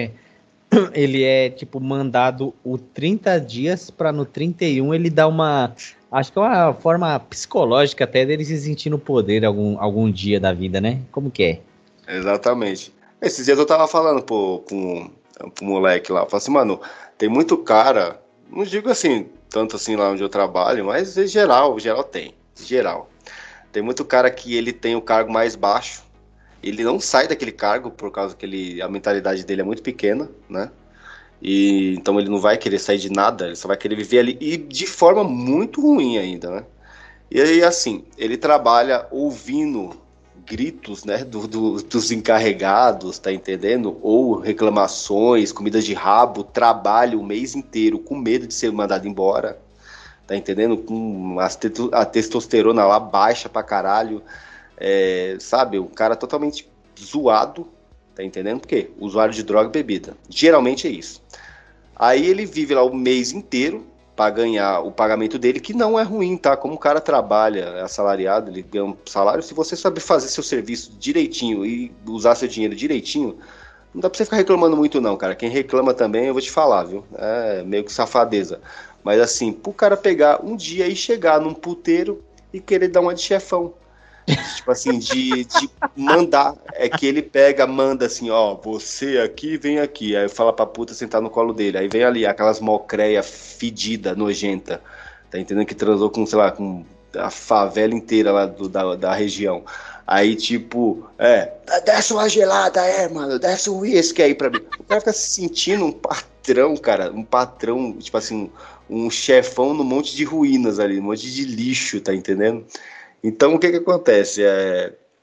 ele é tipo mandado o 30 dias para no 31 ele dar uma, acho que é uma forma psicológica até dele se sentir no poder algum dia da vida, né? Como que é? Exatamente. Esses dias eu tava falando pro moleque lá, eu falei assim, mano, tem muito cara, não digo assim, tanto assim lá onde eu trabalho, mas em geral tem, geral. Tem muito cara que ele tem o cargo mais baixo, ele não sai daquele cargo por causa que a mentalidade dele é muito pequena, né? E então ele não vai querer sair de nada, ele só vai querer viver ali e de forma muito ruim ainda, né? E aí, assim, ele trabalha ouvindo gritos, né, dos encarregados, tá entendendo? Ou reclamações, comidas de rabo, trabalha o mês inteiro com medo de ser mandado embora, tá entendendo? Com a testosterona lá baixa pra caralho, sabe? O cara totalmente zoado, tá entendendo? Por quê? Usuário de droga e bebida. Geralmente é isso. Aí ele vive lá o mês inteiro para ganhar o pagamento dele, que não é ruim, tá? Como o cara trabalha, é assalariado, ele ganha um salário. Se você saber fazer seu serviço direitinho e usar seu dinheiro direitinho, não dá pra você ficar reclamando muito, não, cara. Quem reclama também, eu vou te falar, viu? É meio que safadeza. Mas assim, pro cara pegar um dia e chegar num puteiro e querer dar uma de chefão. Tipo assim, de mandar. É que ele pega, manda assim, ó, você aqui, vem aqui. Aí fala pra puta sentar no colo dele. Aí vem ali, aquelas mocreia fedida, nojenta. Tá entendendo? Que transou com, sei lá, com a favela inteira lá da região. Aí, tipo, desce uma gelada, mano, desce um uísque aí pra mim. O cara fica se sentindo um patrão, cara, um patrão, tipo assim, um chefão num monte de ruínas ali, um monte de lixo, tá entendendo? Então, o que que acontece?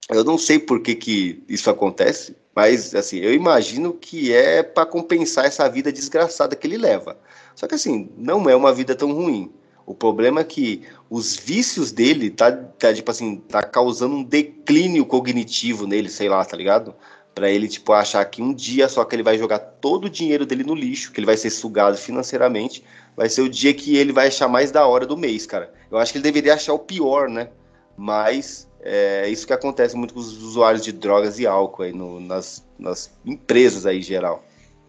Eu não sei por que isso acontece, mas assim, eu imagino que é para compensar essa vida desgraçada que ele leva. Só que assim, não é uma vida tão ruim. O problema é que os vícios dele tipo assim, tá causando um declínio cognitivo nele, sei lá, tá ligado? Pra ele, tipo, achar que um dia só que ele vai jogar todo o dinheiro dele no lixo, que ele vai ser sugado financeiramente, vai ser o dia que ele vai achar mais da hora do mês, cara. Eu acho que ele deveria achar o pior, né? Mas é isso que acontece muito com os usuários de drogas e álcool aí nas empresas aí em geral.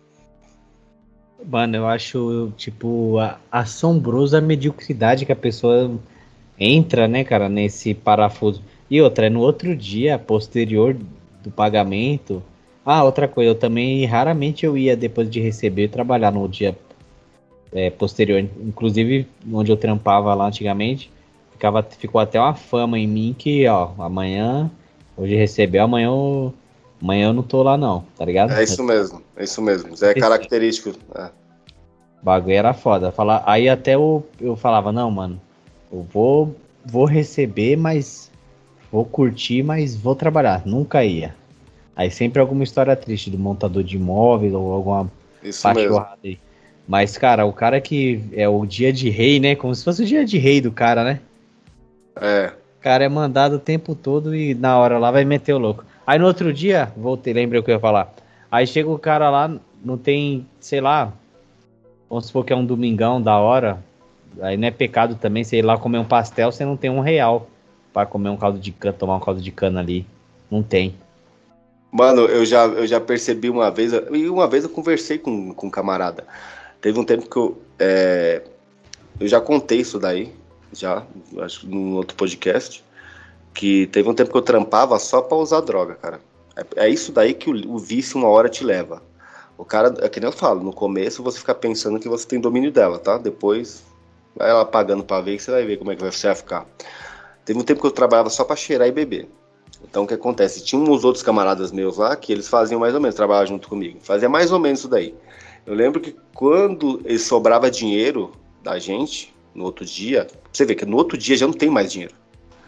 Mano, eu acho, tipo, assombroso a mediocridade que a pessoa entra, né, cara, nesse parafuso. E outra, é no outro dia, posterior do pagamento. Ah, outra coisa, eu também raramente eu ia, depois de receber, trabalhar no dia posterior. Inclusive, onde eu trampava lá antigamente, ficou até uma fama em mim que, ó, amanhã, hoje recebeu, amanhã eu não tô lá não, tá ligado? É isso mesmo, é isso mesmo. Isso é característico. É. O bagulho era foda. Aí até eu falava, não, mano, eu vou receber, mas vou curtir, mas vou trabalhar. Nunca ia. Aí sempre alguma história triste do montador de imóveis ou alguma Isso mesmo. pachorrada aí. Mas, cara, o cara que é o dia de rei, né? Como se fosse o dia de rei do cara, né? É. O cara é mandado o tempo todo e na hora lá vai meter o louco. Aí no outro dia, voltei, lembrei o que eu ia falar. Aí chega o cara lá, não tem, sei lá, vamos supor que é um domingão da hora. Aí não é pecado também, você ir lá comer um pastel, você não tem R$ 1 pra comer um caldo de cana, tomar um caldo de cana ali. Não tem. Mano, eu já percebi uma vez, e uma vez eu conversei com um camarada. Teve um tempo que eu já contei isso daí, já, acho que num outro podcast, que teve um tempo que eu trampava só pra usar droga, cara. É isso daí que o vício uma hora te leva. O cara, é que nem eu falo, no começo você fica pensando que você tem domínio dela, tá? Depois vai ela pagando pra ver que você vai ver como é que você vai ficar. Teve um tempo que eu trabalhava só pra cheirar e beber. Então o que acontece? Tinha uns outros camaradas meus lá que eles faziam mais ou menos, trabalhavam junto comigo. Fazia mais ou menos isso daí. Eu lembro que quando sobrava dinheiro da gente, no outro dia, você vê que no outro dia já não tem mais dinheiro.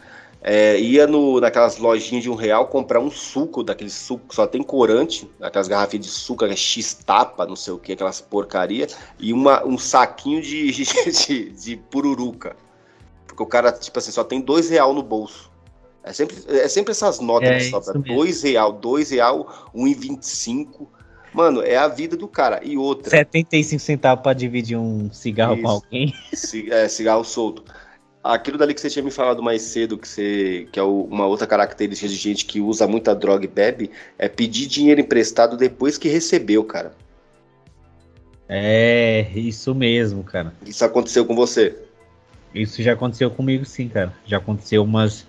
Ia naquelas lojinhas de R$ 1 comprar um suco, daquele suco que só tem corante, aquelas garrafinhas de suco, X-tapa, não sei o que, aquelas porcaria, e um saquinho de pururuca. Porque o cara, tipo assim, só tem R$ 2 no bolso. É sempre essas notas que É sobram. isso mesmo. R$ 2, 1,25. Mano, é a vida do cara. E outra, 75 centavos pra dividir um cigarro com isso, alguém. cigarro solto. Aquilo dali que você tinha me falado mais cedo, que é uma outra característica de gente que usa muita droga e bebe, é pedir dinheiro emprestado depois que recebeu, cara. É, isso mesmo, cara. Isso aconteceu com você? Isso já aconteceu comigo, sim, cara. Já aconteceu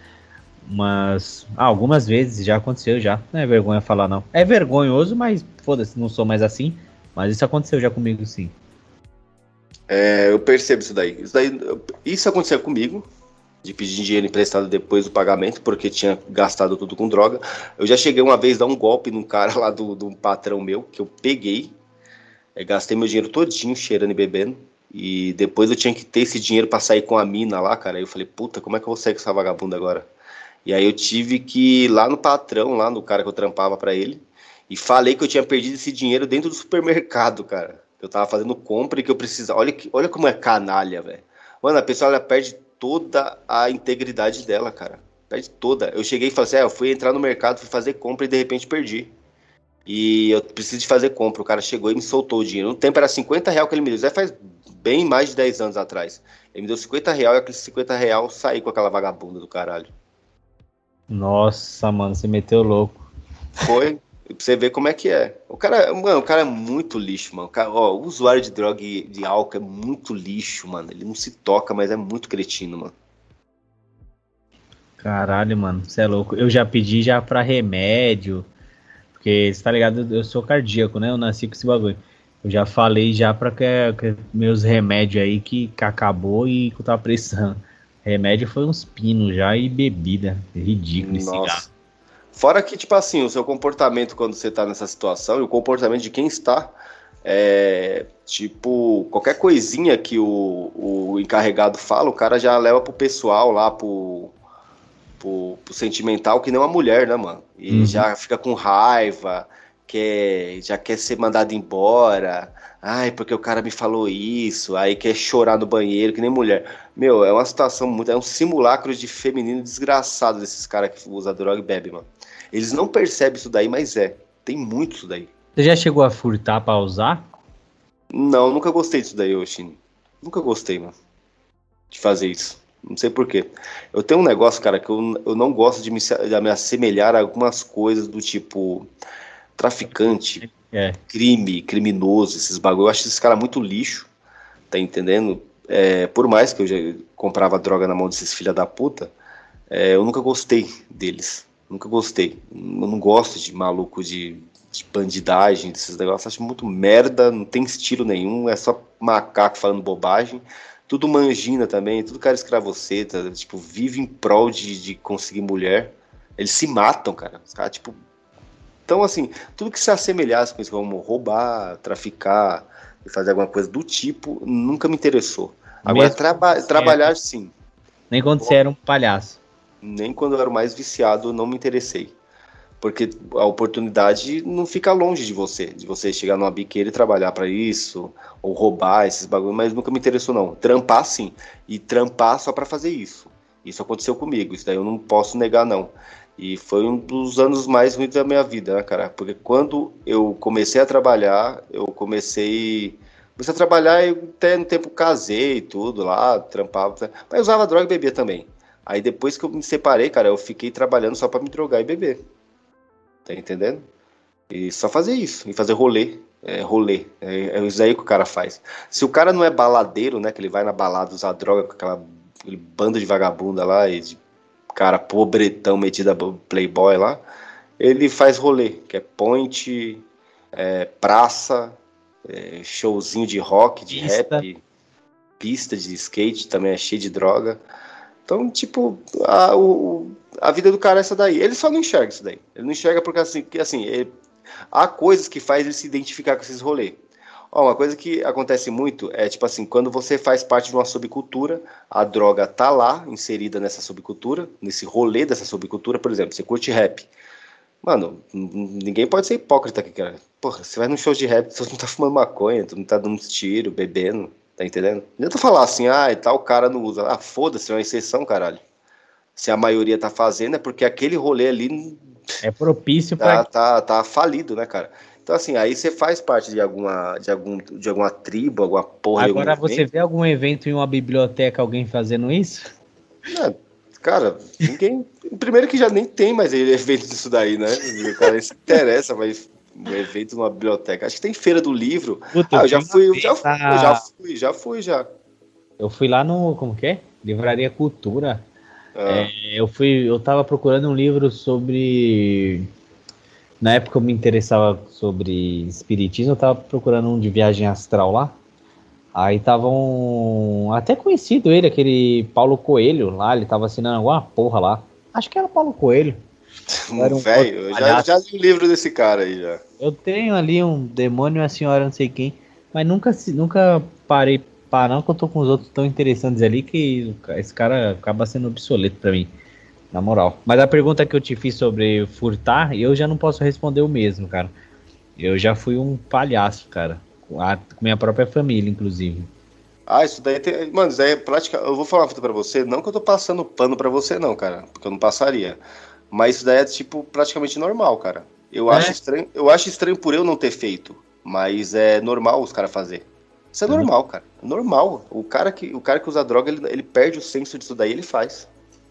algumas vezes já aconteceu já. Não é vergonha falar, não. É vergonhoso, mas foda-se, não sou mais assim. Mas isso aconteceu já comigo, sim. Eu percebo isso daí. Isso aconteceu comigo, de pedir dinheiro emprestado depois do pagamento, porque tinha gastado tudo com droga. Eu já cheguei uma vez a dar um golpe num cara lá do patrão meu, que eu peguei, gastei meu dinheiro todinho cheirando e bebendo, e depois eu tinha que ter esse dinheiro pra sair com a mina lá, cara. Aí eu falei, puta, como é que eu vou sair com essa vagabunda agora? E aí eu tive que ir lá no patrão, lá no cara que eu trampava pra ele, e falei que eu tinha perdido esse dinheiro dentro do supermercado, cara. Eu tava fazendo compra e que eu precisava. Olha como é canalha, velho. Mano, a pessoa ela perde toda a integridade dela, cara. Perde toda. Eu cheguei e falei assim: eu fui entrar no mercado, fui fazer compra e de repente perdi. E eu preciso de fazer compra. O cara chegou e me soltou o dinheiro. No tempo era R$ 50 que ele me deu. Já faz bem mais de 10 anos atrás. Ele me deu R$ 50 e aquele R$ 50 saí com aquela vagabunda do caralho. Nossa, mano, você meteu louco. Foi. Pra você ver como é que é. O cara, mano, o cara é muito lixo, mano. O usuário de droga e de álcool é muito lixo, mano. Ele não se toca, mas é muito cretino, mano. Caralho, mano, você é louco. Eu já pedi já pra remédio. Porque, você tá ligado, eu sou cardíaco, né? Eu nasci com esse bagulho. Eu já falei já pra que meus remédios aí que acabou e que eu tava precisando. Remédio foi uns pinos já e bebida. Ridículo esse cigarro. Nossa. Fora que, tipo assim, o seu comportamento quando você tá nessa situação e o comportamento de quem está, tipo, qualquer coisinha que o encarregado fala, o cara já leva pro pessoal lá, pro sentimental que nem uma mulher, né, mano? E já fica com raiva, já quer ser mandado embora. Ai, porque o cara me falou isso. Aí quer chorar no banheiro, que nem mulher. Meu, é uma situação muito... É um simulacro de feminino desgraçado desses caras que usam droga e bebem, mano. Eles não percebem isso daí, mas tem muito isso daí. Você já chegou a furtar pra usar? Não, nunca gostei disso daí, Oxine. Nunca gostei, mano, de fazer isso. Não sei porquê. Eu tenho um negócio, cara, que eu não gosto de me assemelhar a algumas coisas do tipo traficante, criminoso, esses bagulho. Eu acho esses caras muito lixo, tá entendendo? Por mais que eu já comprava droga na mão desses filha da puta, eu nunca gostei deles. Nunca gostei. Eu não gosto de maluco de bandidagem, desses negócios. Acho muito merda, não tem estilo nenhum, é só macaco falando bobagem. Tudo mangina também, tudo cara escravoceta, tipo, vive em prol de conseguir mulher. Eles se matam, cara. Os caras, tipo... Então, assim, tudo que se assemelhasse com isso, como roubar, traficar e fazer alguma coisa do tipo, nunca me interessou. Agora, trabalhar, sim. Nem quando você era um palhaço. Nem quando eu era o mais viciado, não me interessei. Porque a oportunidade não fica longe de você chegar numa biqueira e trabalhar pra isso, ou roubar esses bagulhos, mas nunca me interessou não. Trampar sim, e trampar só pra fazer isso. Isso aconteceu comigo, isso daí eu não posso negar não. E foi um dos anos mais ruins da minha vida, né, cara? Porque quando eu comecei a trabalhar, eu comecei a trabalhar e até no tempo casei e tudo lá, trampava, mas usava droga e bebia também. Aí depois que eu me separei, cara, eu fiquei trabalhando só pra me drogar e beber. Tá entendendo? E só fazer isso, e fazer rolê. É isso aí que o cara faz. Se o cara não é baladeiro, né? Que ele vai na balada usar droga com aquele bando de vagabunda lá, e de cara pobretão metido a playboy lá, ele faz rolê, que é point, praça, showzinho de rock, de rap, pista de skate, também é cheio de droga. Então, tipo, a vida do cara é essa daí. Ele só não enxerga isso daí. Ele não enxerga porque, assim, há coisas que faz ele se identificar com esses rolês. Uma coisa que acontece muito é, tipo assim, quando você faz parte de uma subcultura, a droga tá lá, inserida nessa subcultura, nesse rolê dessa subcultura, por exemplo, você curte rap. Mano, ninguém pode ser hipócrita aqui, cara. Porra, você vai num show de rap, você não tá fumando maconha, tu não tá dando tiro, bebendo, tá entendendo? Não adianta falar assim, e tal cara não usa. Foda-se, é uma exceção, caralho. Se a maioria tá fazendo, é porque aquele rolê ali é propício para tá falido, né, cara? Então, assim, aí você faz parte de alguma tribo, alguma porra. Agora, você vê algum evento em uma biblioteca, alguém fazendo isso? Cara, ninguém... Primeiro que já nem tem mais evento disso daí, né? O cara se interessa, mas um evento numa biblioteca. Acho que tem feira do livro. Puta, eu já fui. Eu fui lá no... Como que é? Livraria Cultura. Eu tava procurando um livro sobre... Na época eu me interessava sobre espiritismo, eu tava procurando um de viagem astral lá. Aí tava até conhecido ele, aquele Paulo Coelho lá, ele tava assinando alguma porra lá. Acho que era Paulo Coelho. Velho, eu já li o livro desse cara aí já. Eu tenho ali um demônio e a senhora não sei quem, mas nunca parei para não, que eu tô com os outros tão interessantes ali que esse cara acaba sendo obsoleto pra mim. Na moral. Mas a pergunta que eu te fiz sobre furtar, eu já não posso responder o mesmo, cara. Eu já fui um palhaço, cara. Com minha própria família, inclusive. Isso daí tem... Mano, isso daí é prática. Eu vou falar uma coisa pra você. Não que eu tô passando pano pra você, não, cara. Porque eu não passaria. Mas isso daí é, tipo, praticamente normal, cara. Eu acho estranho por eu não ter feito. Mas é normal os caras fazer. Isso é normal, cara. É normal. O cara que usa droga, ele perde o senso disso daí, ele faz.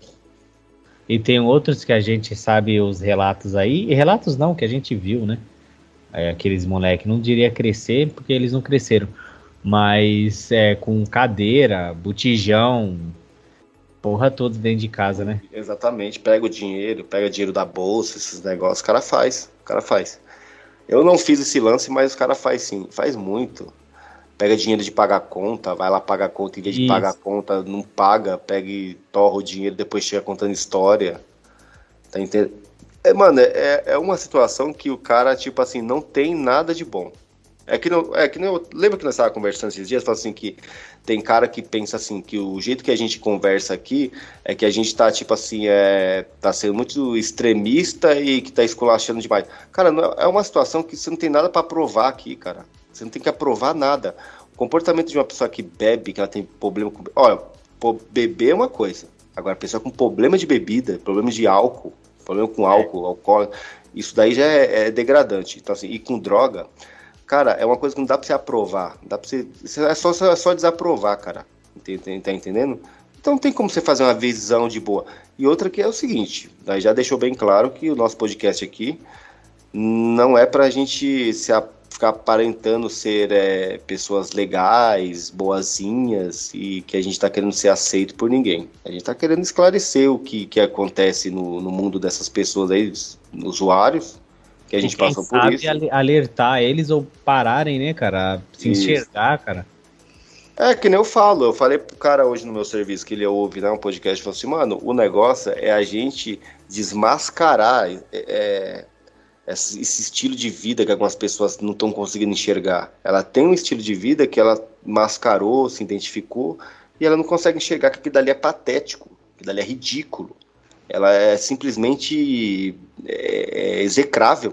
E tem outros que a gente sabe os relatos aí, e relatos não, que a gente viu, né? Aqueles moleques, não diria crescer, porque eles não cresceram, mas com cadeira, botijão, porra toda dentro de casa, né? Exatamente, pega dinheiro da bolsa, esses negócios, o cara faz. Eu não fiz esse lance, mas o cara faz sim, faz muito. Pega dinheiro de pagar conta, vai lá pagar conta, em vez de pagar conta, não paga, pega e torra o dinheiro, depois chega contando história. Tá entendendo? Mano, é uma situação que o cara, tipo assim, não tem nada de bom. Lembra que nós estávamos conversando esses dias, falando assim que Tem cara que pensa assim, que o jeito que a gente conversa aqui é que a gente tá, tipo assim, tá sendo muito extremista e que tá esculachando demais. Cara, é uma situação que você não tem nada pra provar aqui, cara. Você não tem que aprovar nada. O comportamento de uma pessoa que bebe, que ela tem problema com... Olha, beber é uma coisa. Agora, a pessoa com problema de bebida, problema de álcool, problema com álcool, isso daí já é degradante. Então, assim, e com droga, cara, é uma coisa que não dá pra você aprovar. Dá pra você, é só desaprovar, cara. Tá entendendo? Então não tem como você fazer uma visão de boa. E outra que é o seguinte, daí já deixou bem claro que o nosso podcast aqui não é pra gente ficar aparentando ser pessoas legais, boazinhas e que a gente tá querendo ser aceito por ninguém. A gente tá querendo esclarecer o que acontece no mundo dessas pessoas aí, usuários, que a gente passou por isso. Alertar eles ou pararem, né, cara? Se enxergar, cara. É que nem eu falei pro cara hoje no meu serviço que ele ouve, né, um podcast, falou assim, mano, o negócio é a gente desmascarar esse estilo de vida que algumas pessoas não estão conseguindo enxergar. Ela tem um estilo de vida que ela mascarou, se identificou, e ela não consegue enxergar que aquilo dali é patético, que dali é ridículo. Ela é simplesmente execrável.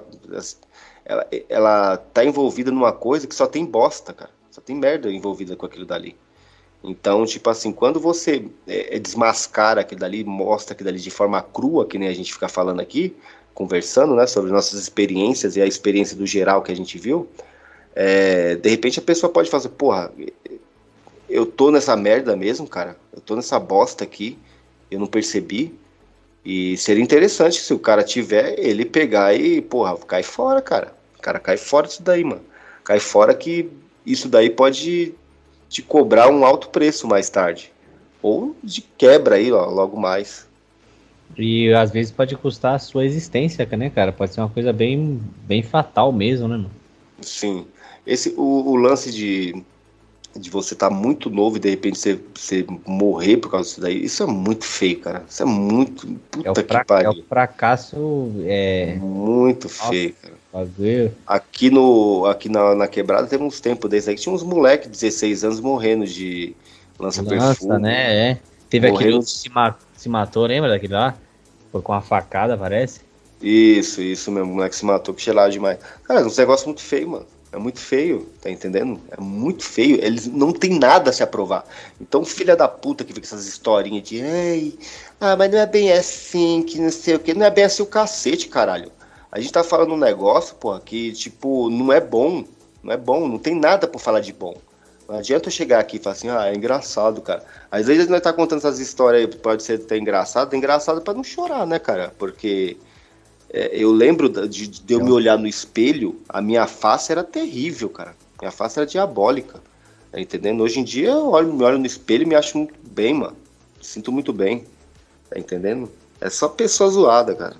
Ela tá envolvida numa coisa que só tem bosta, cara. Só tem merda envolvida com aquilo dali. Então, tipo assim, quando você desmascara aquilo dali, mostra aquilo dali de forma crua, que nem a gente fica falando aqui, conversando, né, sobre nossas experiências e a experiência do geral que a gente viu, de repente a pessoa pode fazer, porra, eu tô nessa merda mesmo, cara, eu tô nessa bosta aqui, eu não percebi, e seria interessante se o cara tiver, ele pegar e, porra, cai fora, cara. O cara cai fora disso daí, mano. Cai fora que isso daí pode te cobrar um alto preço mais tarde. Ou de quebra aí, ó, logo mais. E às vezes pode custar a sua existência, né, cara? Pode ser uma coisa bem, bem fatal mesmo, né, mano? Sim. O lance de você estar muito novo e de repente você morrer por causa disso daí, isso é muito feio, cara. Isso é muito... Puta que pariu. É o fracasso... Muito feio, cara. Fazer... Aqui na quebrada teve uns tempos desses aí que tinha uns moleques de 16 anos morrendo de lança-perfume. Né? Teve aquele outro que se matou, lembra daquele lá? Foi com uma facada, parece. Isso mesmo, o moleque se matou, que cheirava demais. Cara, é um negócio muito feio, mano. É muito feio, tá entendendo? É muito feio. Eles não tem nada a se aprovar. Então, filha da puta que fica essas historinhas de mas não é bem assim, que não sei o que. Não é bem assim o cacete, caralho. A gente tá falando um negócio, porra, que, tipo, não é bom. Não é bom, não tem nada pra falar de bom. Não adianta eu chegar aqui e falar assim, é engraçado, cara. Às vezes nós tá contando essas histórias aí, pode ser até engraçado. É engraçado pra não chorar, né, cara? Porque... eu lembro de eu me olhar no espelho, a minha face era terrível, cara. Minha face era diabólica. Tá entendendo? Hoje em dia eu me olho no espelho e me acho muito bem, mano. Me sinto muito bem. Tá entendendo? É só pessoa zoada, cara.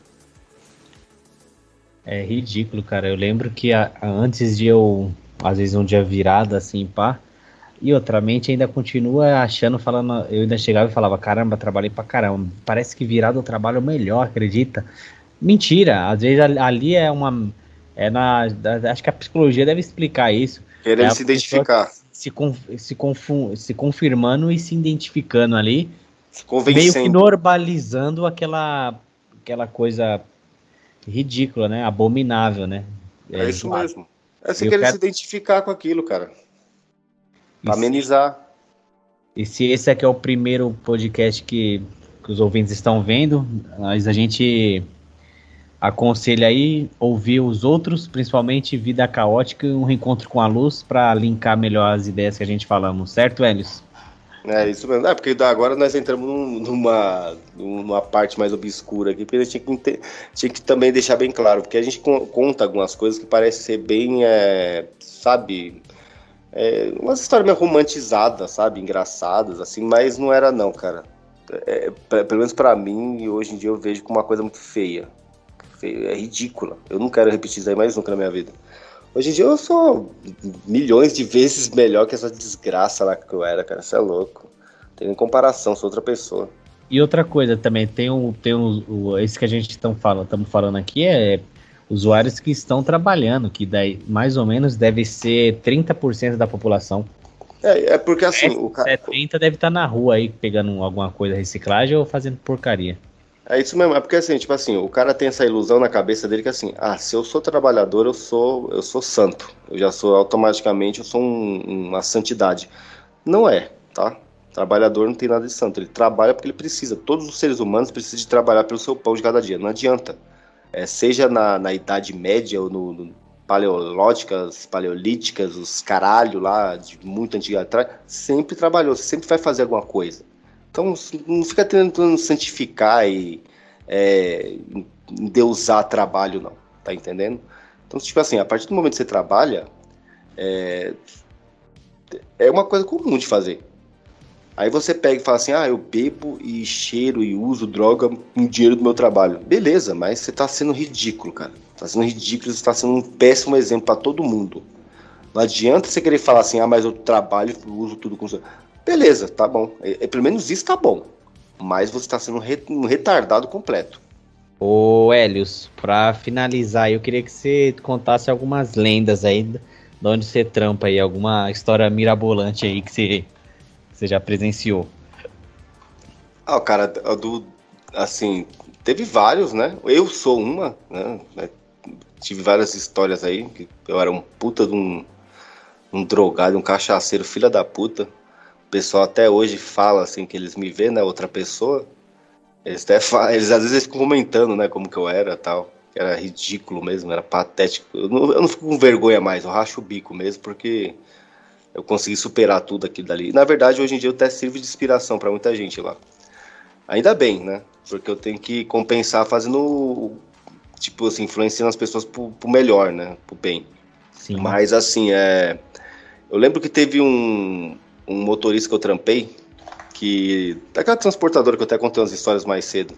É ridículo, cara. Eu lembro que antes de eu, às vezes um dia virado assim, pá, e outra mente ainda continua achando, falando, eu ainda chegava e falava, caramba, trabalhei pra caramba. Parece que virado eu trabalho melhor, acredita? Mentira, às vezes ali acho que a psicologia deve explicar isso. Querendo se identificar. Se confirmando e se identificando ali. Se convencendo. Meio que normalizando aquela coisa ridícula, né? Abominável, né? É isso mesmo. Você querer se identificar com aquilo, cara. Pra amenizar. E se esse aqui é o primeiro podcast que os ouvintes estão vendo, mas a gente... aconselho aí ouvir os outros, principalmente Vida Caótica e Um Reencontro com a Luz, para linkar melhor as ideias que a gente falamos, certo, Helios? É isso mesmo, porque agora nós entramos numa parte mais obscura aqui, porque a gente tinha que também deixar bem claro, porque a gente conta algumas coisas que parecem ser bem, sabe, umas histórias meio romantizadas, sabe, engraçadas, assim, mas não era não, cara. Pelo menos pra mim, e hoje em dia eu vejo como uma coisa muito feia. É ridícula. Eu não quero repetir isso aí mais nunca na minha vida. Hoje em dia eu sou milhões de vezes melhor que essa desgraça lá que eu era, cara. Isso é louco. Tem em comparação, sou outra pessoa. E outra coisa também, esse que a gente estamos falando aqui usuários que estão trabalhando, que daí mais ou menos deve ser 30% da população. É porque assim, o cara. 70 deve estar na rua aí pegando alguma coisa reciclagem ou fazendo porcaria. É isso mesmo, é porque assim, tipo assim, o cara tem essa ilusão na cabeça dele que assim, se eu sou trabalhador, eu sou santo. Eu já sou automaticamente, eu sou uma santidade. Não é, tá? Trabalhador não tem nada de santo, ele trabalha porque ele precisa. Todos os seres humanos precisam de trabalhar pelo seu pão de cada dia, não adianta. Seja na Idade Média ou no paleolóticas, paleolíticas, os caralho lá de muito antigo atrás, sempre trabalhou, você sempre vai fazer alguma coisa. Então não fica tentando santificar e endeusar trabalho, não, tá entendendo? Então, tipo assim, a partir do momento que você trabalha, é uma coisa comum de fazer. Aí você pega e fala assim, eu bebo e cheiro e uso droga com dinheiro do meu trabalho. Beleza, mas você tá sendo ridículo, cara. Tá sendo ridículo, você tá sendo um péssimo exemplo pra todo mundo. Não adianta você querer falar assim, mas eu trabalho e uso tudo com... Beleza, tá bom. Pelo menos isso tá bom. Mas você tá sendo um retardado completo. Ô, Helios, pra finalizar, eu queria que você contasse algumas lendas aí de onde você trampa aí, alguma história mirabolante aí que você já presenciou. O cara, assim, teve vários, né? Eu sou uma, né? Tive várias histórias aí, que eu era um puta de um drogado, um cachaceiro, filha da puta. O pessoal até hoje fala assim que eles me vêem, né? Outra pessoa. Eles às vezes ficam comentando, né? Como que eu era tal. Era ridículo mesmo, era patético. Eu não fico com vergonha mais, eu racho o bico mesmo, porque eu consegui superar tudo aquilo dali. E, na verdade, hoje em dia eu até sirvo de inspiração pra muita gente lá. Ainda bem, né? Porque eu tenho que compensar fazendo, tipo assim, influenciando as pessoas pro melhor, né? Pro bem. Sim. Mas assim, eu lembro que teve um motorista que eu trampei, daquela transportadora que eu até contei umas histórias mais cedo,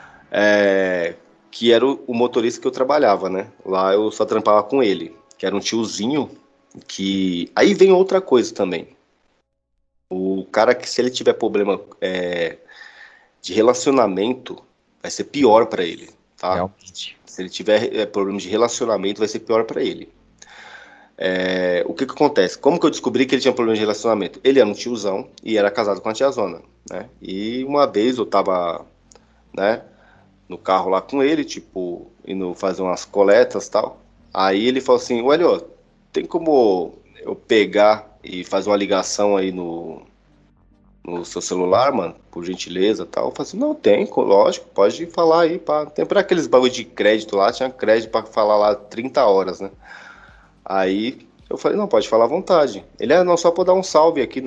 que era o motorista que eu trabalhava, né? Lá eu só trampava com ele, que era um tiozinho, que... Aí vem outra coisa também. O cara que, se ele tiver problema de relacionamento, vai ser pior pra ele, tá? Realmente. Se ele tiver problema de relacionamento, vai ser pior pra ele. O que que acontece? Como que eu descobri que ele tinha problema de relacionamento? Ele era um tiozão e era casado com uma tiazona, né? E uma vez eu tava, né, no carro lá com ele, tipo, indo fazer umas coletas e tal. Aí ele falou assim, olha, tem como eu pegar e fazer uma ligação aí no seu celular, mano, por gentileza, tal. Eu falei assim, não, tem, lógico, pode falar aí, pá. Tem para aqueles bagulho de crédito lá, tinha crédito para falar lá 30 horas, né? Aí eu falei, não, pode falar à vontade. Ele, não, só pra dar um salve aqui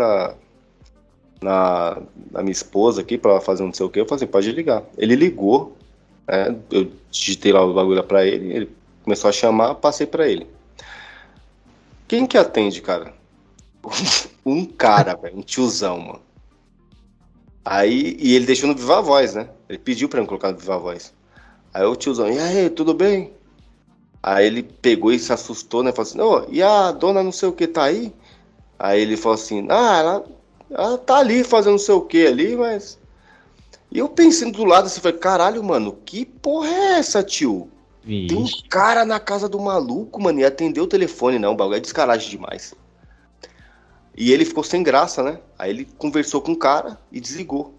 na minha esposa aqui, pra ela fazer um não sei o que. Eu falei assim, pode ligar. Ele ligou, né? Eu digitei lá o bagulho pra ele, ele começou a chamar, passei pra ele. Quem que atende, cara? Um cara, velho, um tiozão, mano. Aí, e ele deixou no Viva Voz, né? Ele pediu pra eu colocar no Viva Voz. Aí o tiozão, e aí, tudo bem? Aí ele pegou e se assustou, né? Falou assim, e a dona não sei o que tá aí? Aí ele falou assim, ela tá ali fazendo não sei o que ali, mas... E eu pensando do lado assim, falei, caralho, mano, que porra é essa, tio? Tem um Vixe. cara na casa do maluco, mano, e atendeu o telefone, não, o bagulho é descaragem demais. E ele ficou sem graça, né? Aí ele conversou com o cara e desligou.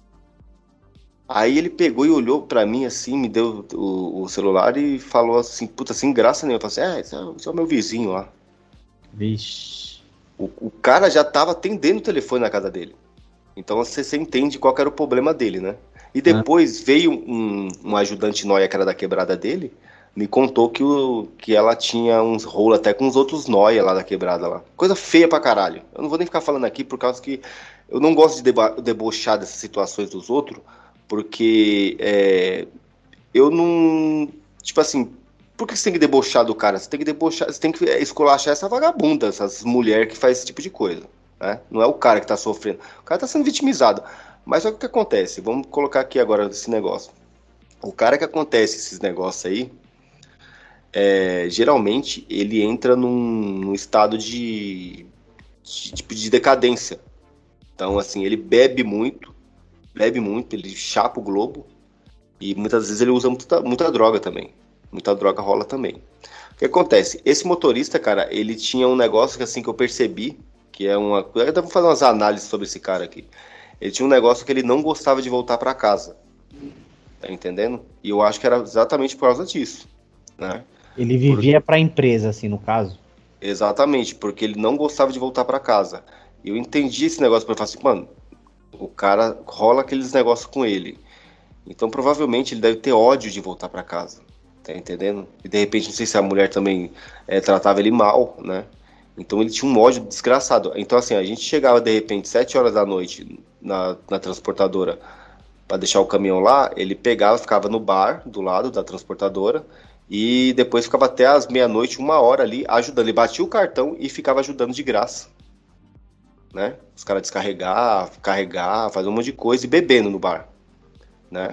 Aí ele pegou e olhou pra mim assim, me deu o celular e falou assim, puta, sem graça nenhuma. Eu falei assim, esse é o meu vizinho lá. Vixe. O cara já tava atendendo o telefone na casa dele. Então você entende qual que era o problema dele, né? E Ah, depois veio um ajudante nóia que era da quebrada dele, me contou que ela tinha uns rolos até com os outros nóia lá da quebrada lá. Coisa feia pra caralho. Eu não vou nem ficar falando aqui por causa que eu não gosto de debochar dessas situações dos outros, porque eu não. Tipo assim, por que você tem que debochar do cara? Você tem que debochar, você tem que esculachar essa vagabunda, essas mulheres que faz esse tipo de coisa. Né? Não é o cara que tá sofrendo. O cara tá sendo vitimizado. Mas olha o que acontece. Vamos colocar aqui agora esse negócio. O cara que acontece esses negócios aí, geralmente ele entra num estado de decadência. Então, assim, ele bebe muito, ele chapa o globo e muitas vezes ele usa muita droga também. Muita droga rola também. O que acontece? Esse motorista, cara, ele tinha um negócio que assim que eu percebi que é uma... Eu vou fazer umas análises sobre esse cara aqui. Ele tinha um negócio que ele não gostava de voltar para casa. Tá entendendo? E eu acho que era exatamente por causa disso, né? Ele vivia pra empresa, assim, no caso. Exatamente, porque ele não gostava de voltar para casa. Eu entendi esse negócio, porque eu falei assim, mano, o cara rola aqueles negócios com ele. Então provavelmente ele deve ter ódio de voltar para casa. Tá entendendo? E de repente, não sei se a mulher também tratava ele mal, né? Então ele tinha um ódio desgraçado. Então assim, a gente chegava de repente 7 horas da noite na transportadora para deixar o caminhão lá, ele pegava, ficava no bar do lado da transportadora e depois ficava até as meia-noite, 1 hora ali ajudando. Ele batia o cartão e ficava ajudando de graça, né? Os caras descarregar, carregar, fazer um monte de coisa e bebendo no bar, né?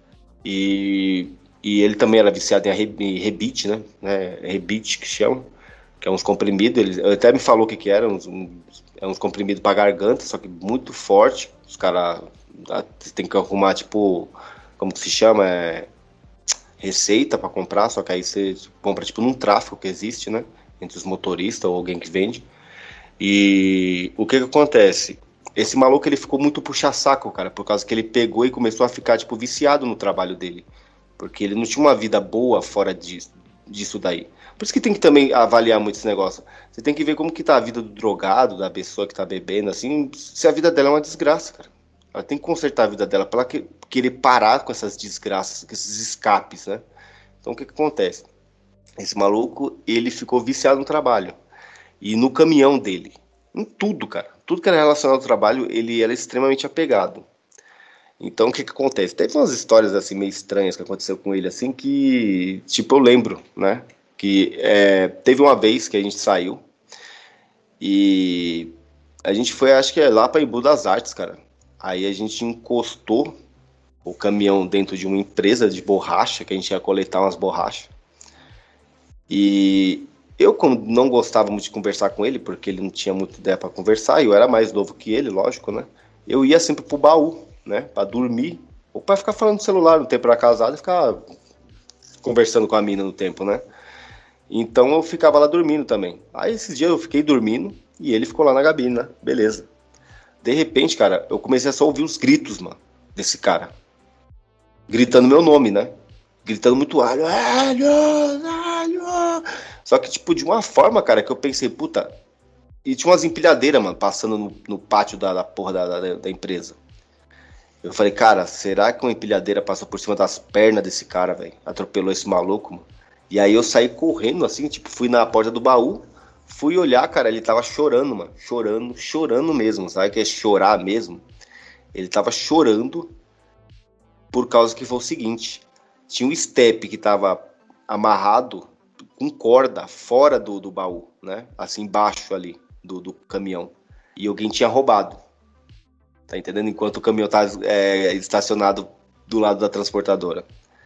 E ele também era viciado em rebite, né? Rebite que chama, que é uns comprimidos. Ele até me falou o que era, uns comprimidos para garganta, só que muito forte. Os caras tem que arrumar, tipo, como que se chama? Receita para comprar, só que aí você compra, tipo, num tráfico que existe, né? Entre os motoristas ou alguém que vende. E o que acontece? Esse maluco, ele ficou muito puxa-saco, cara, por causa que ele pegou e começou a ficar, tipo, viciado no trabalho dele. Porque ele não tinha uma vida boa fora disso daí. Por isso que tem que também avaliar muito esse negócio. Você tem que ver como que tá a vida do drogado, da pessoa que tá bebendo, assim, se a vida dela é uma desgraça, cara. Ela tem que consertar a vida dela pra ela querer parar com essas desgraças, com esses escapes, né? Então o que acontece? Esse maluco, ele ficou viciado no trabalho. E no caminhão dele. Em tudo, cara. Tudo que era relacionado ao trabalho, ele era extremamente apegado. Então, o que acontece? Teve umas histórias, assim, meio estranhas que aconteceu com ele, assim, que, tipo, eu lembro, né? Que teve uma vez que a gente saiu e a gente foi, acho que é lá pra Embu das Artes, cara. Aí a gente encostou o caminhão dentro de uma empresa de borracha, que a gente ia coletar umas borrachas. E eu, como não gostava muito de conversar com ele, porque ele não tinha muita ideia para conversar, e eu era mais novo que ele, lógico, né? Eu ia sempre pro baú, né? Pra dormir, ou pra ficar falando no celular no tempo era casado e ficar conversando com a mina no tempo, né? Então eu ficava lá dormindo também. Aí esses dias eu fiquei dormindo e ele ficou lá na cabine, né? Beleza. De repente, cara, eu comecei a só ouvir os gritos, mano, desse cara. Gritando meu nome, né? Gritando muito alho, alho, alho. Só que, tipo, de uma forma, cara, que eu pensei, puta. E tinha umas empilhadeiras, mano, passando no pátio da porra da empresa. Eu falei, cara, será que uma empilhadeira passou por cima das pernas desse cara, velho? Atropelou esse maluco, mano. E aí eu saí correndo, assim, tipo, fui na porta do baú, fui olhar, cara, ele tava chorando, mano. Chorando, chorando mesmo, sabe que é chorar mesmo? Ele tava chorando por causa que foi o seguinte. Tinha um step que tava amarrado com corda fora do baú, né? Assim, embaixo ali do caminhão. E alguém tinha roubado. Tá entendendo? Enquanto o caminhão tá estacionado do lado da transportadora.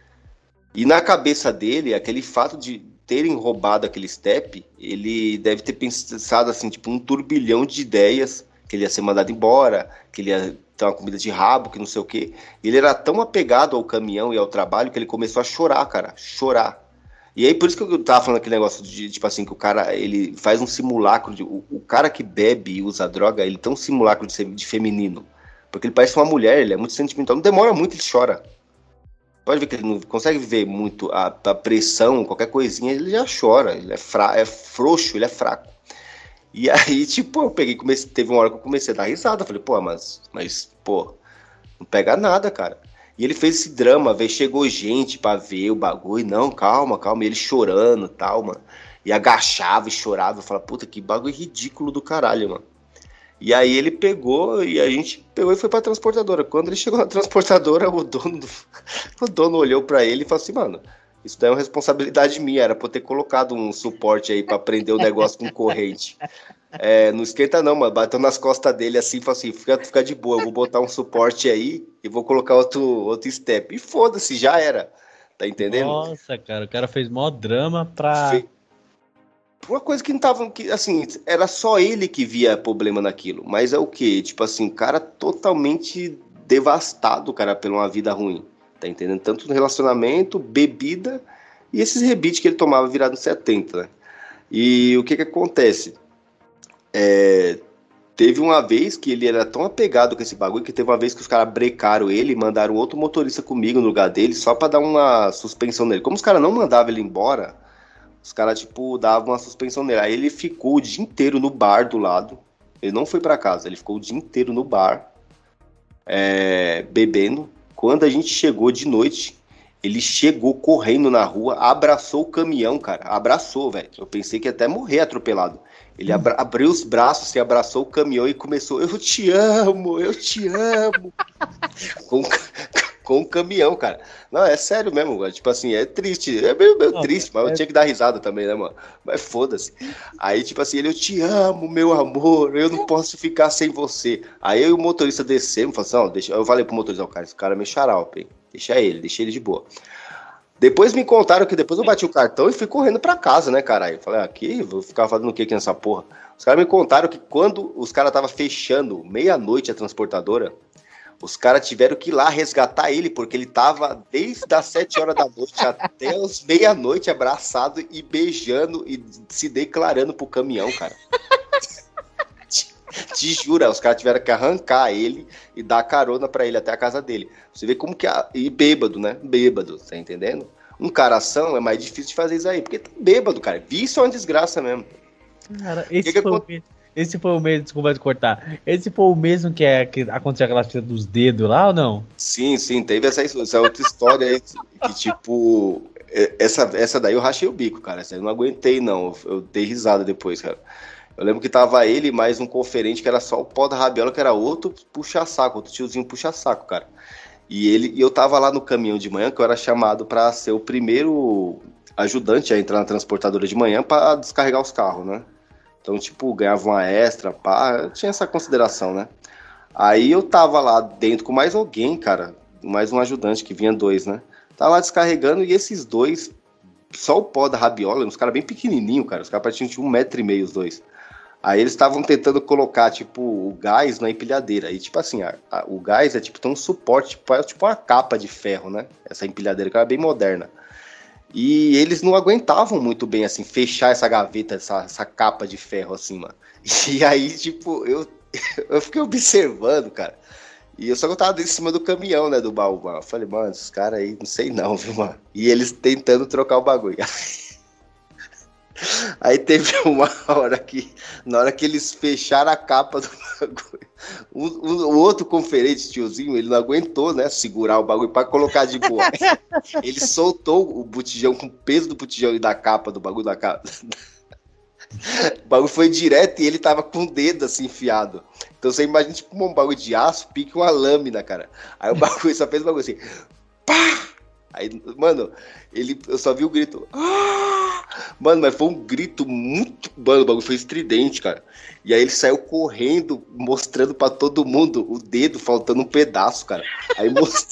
E na cabeça dele, aquele fato de terem roubado aquele step, ele deve ter pensado assim, tipo, um turbilhão de ideias, que ele ia ser mandado embora, que ele ia ter uma comida de rabo, que não sei o quê. Ele era tão apegado ao caminhão e ao trabalho que ele começou a chorar, cara, chorar. E aí por isso que eu tava falando aquele negócio de, tipo assim, que o cara, ele faz um simulacro, o cara que bebe e usa droga, ele tem um simulacro de feminino. Porque ele parece uma mulher, ele é muito sentimental, não demora muito, ele chora. Pode ver que ele não consegue viver muito a pressão, qualquer coisinha, ele já chora, ele é frouxo, ele é fraco. E aí, tipo, eu peguei, teve uma hora que eu comecei a dar risada, falei, pô, mas pô, não pega nada, cara. E ele fez esse drama, velho, chegou gente pra ver o bagulho, não, calma, calma, e ele chorando e tal, mano. E agachava e chorava, eu falava, puta, que bagulho ridículo do caralho, mano. E aí ele pegou e a gente pegou e foi pra transportadora. Quando ele chegou na transportadora, o dono olhou pra ele e falou assim, mano, isso daí é uma responsabilidade minha, era pra eu ter colocado um suporte aí pra prender o negócio com corrente. Não esquenta não, mano, bateu nas costas dele assim e falou assim, fica de boa, eu vou botar um suporte aí e vou colocar outro step. E foda-se, já era, tá entendendo? Nossa, cara, o cara fez mó drama pra. Uma coisa que não tava, que, assim, era só ele que via problema naquilo. Mas é o quê? Tipo assim, cara totalmente devastado, cara, pela uma vida ruim. Tá entendendo? Tanto no relacionamento, bebida e esses rebites que ele tomava virado nos 70, né? E o que que acontece? Teve uma vez que ele era tão apegado com esse bagulho que teve uma vez que os caras brecaram ele e mandaram outro motorista comigo no lugar dele só pra dar uma suspensão nele. Como os caras não mandavam ele embora, os caras, tipo, davam uma suspensão nele. Aí ele ficou o dia inteiro no bar do lado. Ele não foi pra casa, ele ficou o dia inteiro no bar, bebendo. Quando a gente chegou de noite, ele chegou correndo na rua, abraçou o caminhão, cara. Abraçou, velho. Eu pensei que ia até morrer atropelado. Ele abriu os braços, se abraçou o caminhão e começou, eu te amo, com o caminhão, cara. Não, é sério mesmo, cara. Tipo assim, é triste, é meio triste, mas eu tinha que dar risada também, né, mano? Mas foda-se. Aí, tipo assim, eu te amo, meu amor, eu não posso ficar sem você. Aí eu e o motorista descemos, falei assim, não, deixa... Eu falei pro motorista, cara, esse cara é meio xarope, hein? Deixa ele de boa. Depois me contaram que depois eu bati o cartão e fui correndo pra casa, né, caralho? Falei, aqui, vou ficar fazendo o que aqui nessa porra? Os caras me contaram que quando os caras estavam fechando meia-noite a transportadora, os caras tiveram que ir lá resgatar ele, porque ele tava desde as 7 horas da noite até as meia-noite abraçado e beijando e se declarando pro caminhão, cara. Te juro, os caras tiveram que arrancar ele e dar carona pra ele até a casa dele. Você vê como que... E bêbado, né? Bêbado, tá entendendo? Um caração é mais difícil de fazer isso aí, porque tá bêbado, cara. Vício é uma desgraça mesmo. Cara, esse foi o mesmo, desculpa te cortar. Esse foi o mesmo que aconteceu aquela fita dos dedos lá ou não? Sim, teve essa outra história aí que, tipo... Essa daí eu rachei o bico, cara. Essa aí eu não aguentei, não. Eu dei risada depois, cara. Eu lembro que tava ele e mais um conferente que era só o pó da rabiola, que era outro puxa-saco, outro tiozinho puxa-saco, cara. E eu tava lá no caminhão de manhã, que eu era chamado pra ser o primeiro ajudante a entrar na transportadora de manhã pra descarregar os carros, né? Então, tipo, ganhava uma extra, pá, tinha essa consideração, né? Aí eu tava lá dentro com mais alguém, cara, mais um ajudante, que vinha 2, né? Tava lá descarregando e esses 2, só o pó da rabiola, uns caras bem pequenininhos, cara, os caras pareciam de 1,5 m os 2. Aí eles estavam tentando colocar, tipo, o gás na empilhadeira. E, tipo assim, o gás é, tipo, tem um suporte, tipo uma capa de ferro, né? Essa empilhadeira que era bem moderna. E eles não aguentavam muito bem, assim, fechar essa gaveta, essa capa de ferro, assim, mano. E aí, tipo, eu fiquei observando, cara. E eu só que eu tava em cima do caminhão, né, do baú, mano. Eu falei, mano, esses caras aí, não sei não, viu, mano? E eles tentando trocar o bagulho. Aí teve uma hora que, na hora que eles fecharam a capa do bagulho, o outro conferente, tiozinho, ele não aguentou, né, segurar o bagulho pra colocar de boa. Ele soltou o botijão com o peso do botijão e da capa, do bagulho da capa. O bagulho foi direto e ele tava com o dedo assim enfiado. Então você imagina tipo um bagulho de aço, pique uma lâmina, cara. Aí o bagulho só fez o bagulho assim, pá! Aí, mano, eu só vi o grito. Ah! Mano, mas foi um grito muito. Mano, o bagulho foi estridente, cara. E aí ele saiu correndo, mostrando pra todo mundo o dedo, faltando um pedaço, cara. Aí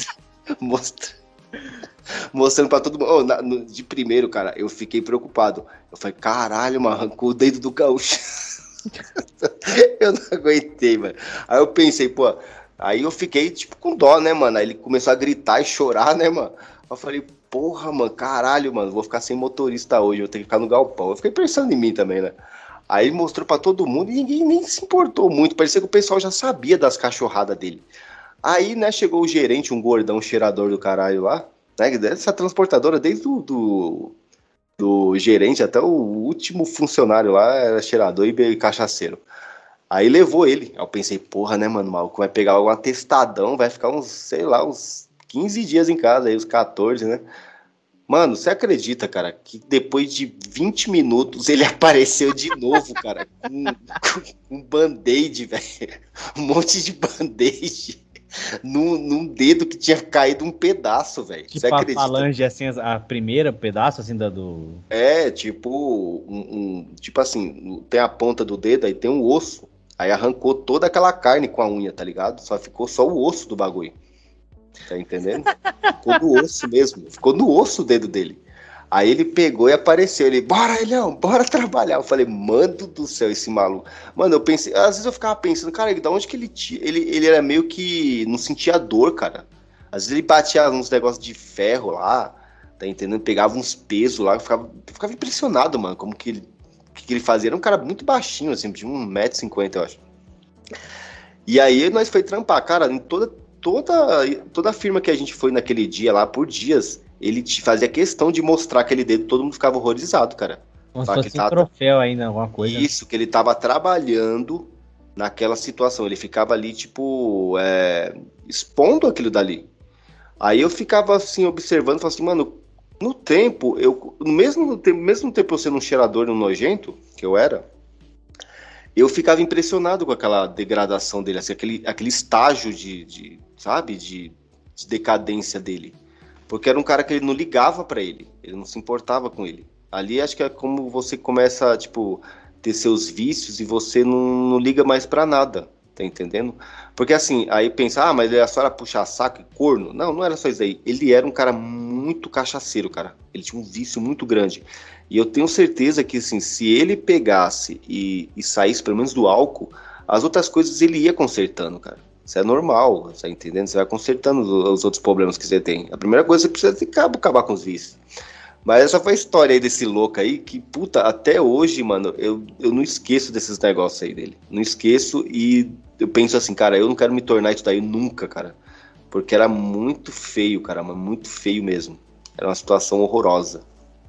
mostrando pra todo mundo. De primeiro, cara, eu fiquei preocupado. Eu falei, caralho, mano, arrancou o dedo do gaúcho. Eu não aguentei, mano. Aí eu pensei, pô. Aí eu fiquei, tipo, com dó, né, mano? Aí ele começou a gritar e chorar, né, mano? Eu falei, porra, mano, caralho, mano, vou ficar sem motorista hoje, vou ter que ficar no galpão. Eu fiquei pensando em mim também, né? Aí ele mostrou pra todo mundo e ninguém nem se importou muito. Parecia que o pessoal já sabia das cachorradas dele. Aí, né, chegou o gerente, um gordão cheirador do caralho lá, né? Dessa transportadora, desde do gerente até o último funcionário lá, era cheirador e cachaceiro. Aí levou ele. Aí eu pensei, porra, né, mano, o maluco vai pegar um atestadão, vai ficar uns, sei lá, uns 15 dias em casa, aí os 14, né? Mano, você acredita, cara, que depois de 20 minutos ele apareceu de novo, cara, com um band-aid, velho. Um monte de band-aid num dedo que tinha caído um pedaço, velho. Tipo Você acredita? a falange, assim, a primeira pedaço, assim, do... É, tipo, tipo assim, tem a ponta do dedo, aí tem um osso. Aí arrancou toda aquela carne com a unha, tá ligado? Só ficou só o osso do bagulho. Tá entendendo? Ficou no osso mesmo. Ficou no osso o dedo dele. Aí ele pegou e apareceu. Ele, bora, Elião, bora trabalhar. Eu falei, mano do céu, esse maluco. Mano, eu pensei, às vezes eu ficava pensando, cara, da onde que ele tinha? Ele era meio que não sentia dor, cara. Às vezes ele batia uns negócios de ferro lá, tá entendendo? Pegava uns pesos lá, eu ficava impressionado, mano, como que ele fazia. Era um cara muito baixinho, assim, de 1,50 m, eu acho. E aí nós foi trampar, cara, em toda a firma que a gente foi naquele dia lá, por dias, ele te fazia questão de mostrar aquele dedo, todo mundo ficava horrorizado, cara. Como se Falar que fosse um tá, troféu ainda, alguma coisa. isso, que ele tava trabalhando naquela situação, ele ficava ali, tipo, expondo aquilo dali. Aí eu ficava assim, observando, falando assim, mano, no tempo, mesmo tempo eu sendo um cheirador e um nojento, que eu era, eu ficava impressionado com aquela degradação dele, assim, aquele estágio sabe, de decadência dele. Porque era um cara que ele não ligava pra ele não se importava com ele. Ali acho que é como você começa, tipo, ter seus vícios e você não liga mais pra nada, tá entendendo? Porque assim, aí pensa, mas ele era só era puxar saco e corno. Não, não era só isso aí. Ele era um cara muito cachaceiro, cara. Ele tinha um vício muito grande. E eu tenho certeza que, assim, se ele pegasse e saísse pelo menos do álcool, as outras coisas ele ia consertando, cara. Isso é normal, você tá entendendo? Você vai consertando os outros problemas que você tem. A primeira coisa que você precisa é acabar com os vícios. Mas essa foi a história aí desse louco aí, que, puta, até hoje, mano, eu não esqueço desses negócios aí dele. Não esqueço e eu penso assim, cara, eu não quero me tornar isso daí nunca, cara. Porque era muito feio, cara, mas muito feio mesmo. Era uma situação horrorosa.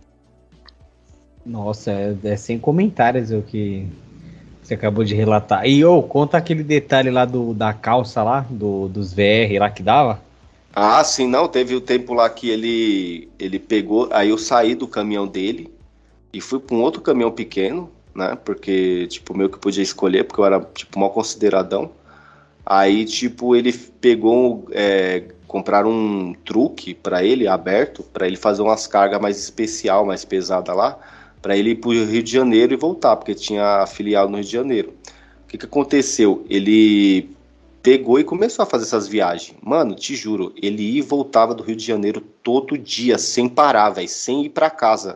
Nossa, é sem comentários o que você acabou de relatar. E conta aquele detalhe lá da calça lá, dos VR lá que dava. Ah, sim, não, teve o tempo lá que ele pegou, aí eu saí do caminhão dele e fui para um outro caminhão pequeno, né? Porque, tipo, meio que podia escolher, porque eu era, tipo, mal consideradão. Aí, tipo, ele pegou, compraram um truque para ele, aberto, para ele fazer umas cargas mais especial, mais pesada lá, para ele ir pro Rio de Janeiro e voltar, porque tinha a filial no Rio de Janeiro. O que que aconteceu? Ele pegou e começou a fazer essas viagens. Mano, te juro, ele ia e voltava do Rio de Janeiro todo dia, sem parar, velho, sem ir para casa.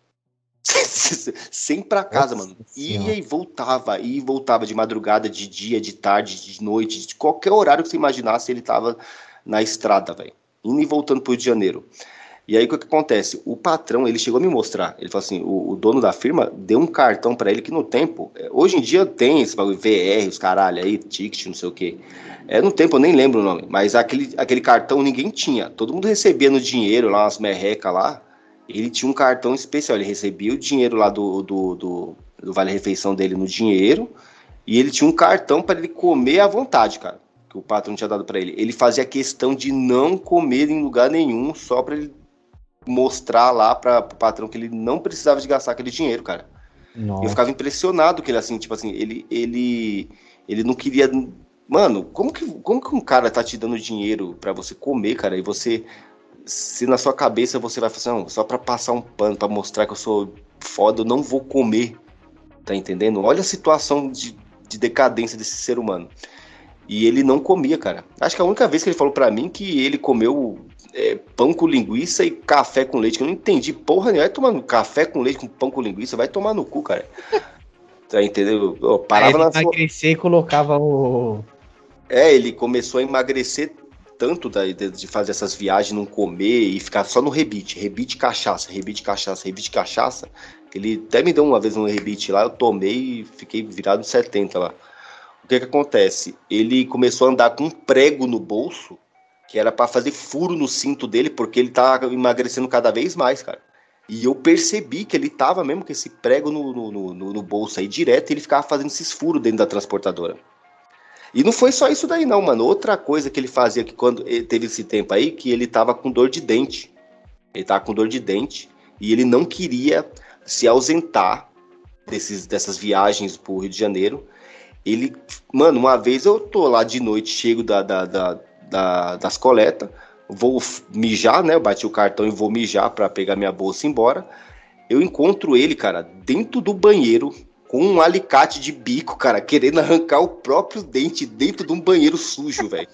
Sem ir pra casa, Nossa mano. Senhora. Ia e voltava de madrugada, de dia, de tarde, de noite, de qualquer horário que você imaginasse, ele tava na estrada, velho. Indo e voltando pro Rio de Janeiro. E aí o que acontece? O patrão, ele chegou a me mostrar. Ele falou assim: o dono da firma deu um cartão pra ele que no tempo. Hoje em dia tem esse bagulho, VR, os caralho aí, ticket, não sei o quê. No tempo eu nem lembro o nome, mas aquele cartão ninguém tinha. Todo mundo recebia no dinheiro lá, umas merrecas lá. Ele tinha um cartão especial, ele recebia o dinheiro lá do Vale-Refeição dele no dinheiro, e ele tinha um cartão para ele comer à vontade, cara, que o patrão tinha dado para ele. Ele fazia questão de não comer em lugar nenhum, só para ele mostrar lá para o patrão que ele não precisava de gastar aquele dinheiro, cara. Eu ficava Nossa. impressionado que ele, assim, tipo assim, ele não queria... Mano, como que um cara tá te dando dinheiro para você comer, cara, e você... Se na sua cabeça você vai falar assim, não, só pra passar um pano, pra mostrar que eu sou foda, eu não vou comer, tá entendendo? Olha a situação de decadência desse ser humano. E ele não comia, cara. Acho que a única vez que ele falou pra mim que ele comeu pão com linguiça e café com leite, que eu não entendi porra nenhuma. Vai tomar no café com leite com pão com linguiça, vai tomar no cu, cara. Tá entendendo? Eu Aí parava ele na sua... emagrecia e colocava o. Ele começou a emagrecer tanto de fazer essas viagens, não comer e ficar só no rebite. Rebite cachaça, rebite cachaça, rebite cachaça. Ele até me deu uma vez um rebite lá, eu tomei e fiquei virado em 70 lá. O que que acontece? Ele começou a andar com um prego no bolso, que era para fazer furo no cinto dele, porque ele tava emagrecendo cada vez mais, cara. E eu percebi que ele tava mesmo com esse prego no bolso aí direto, e ele ficava fazendo esses furos dentro da transportadora. E não foi só isso daí, não, mano. Outra coisa que ele fazia, que quando ele teve esse tempo aí, que ele tava com dor de dente. Ele tava com dor de dente e ele não queria se ausentar dessas viagens pro Rio de Janeiro. Ele, mano, uma vez eu tô lá de noite, chego das coletas, vou mijar, né? Eu bati o cartão e vou mijar pra pegar minha bolsa e ir embora. Eu encontro ele, cara, dentro do banheiro, com um alicate de bico, cara, querendo arrancar o próprio dente dentro de um banheiro sujo, velho.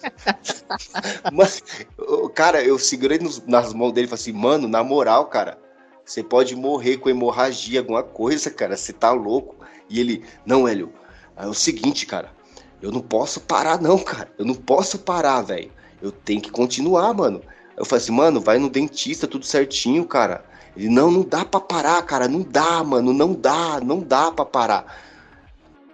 Mas, cara, eu segurei nas mãos dele e falei assim, mano, na moral, cara, você pode morrer com hemorragia, alguma coisa, cara, você tá louco. E ele, não, Hélio, é o seguinte, cara, eu não posso parar não, cara, eu não posso parar, velho. Eu tenho que continuar, mano. Eu falei assim, mano, vai no dentista, tudo certinho, cara. Ele, não dá pra parar, cara, não dá, mano, não dá pra parar.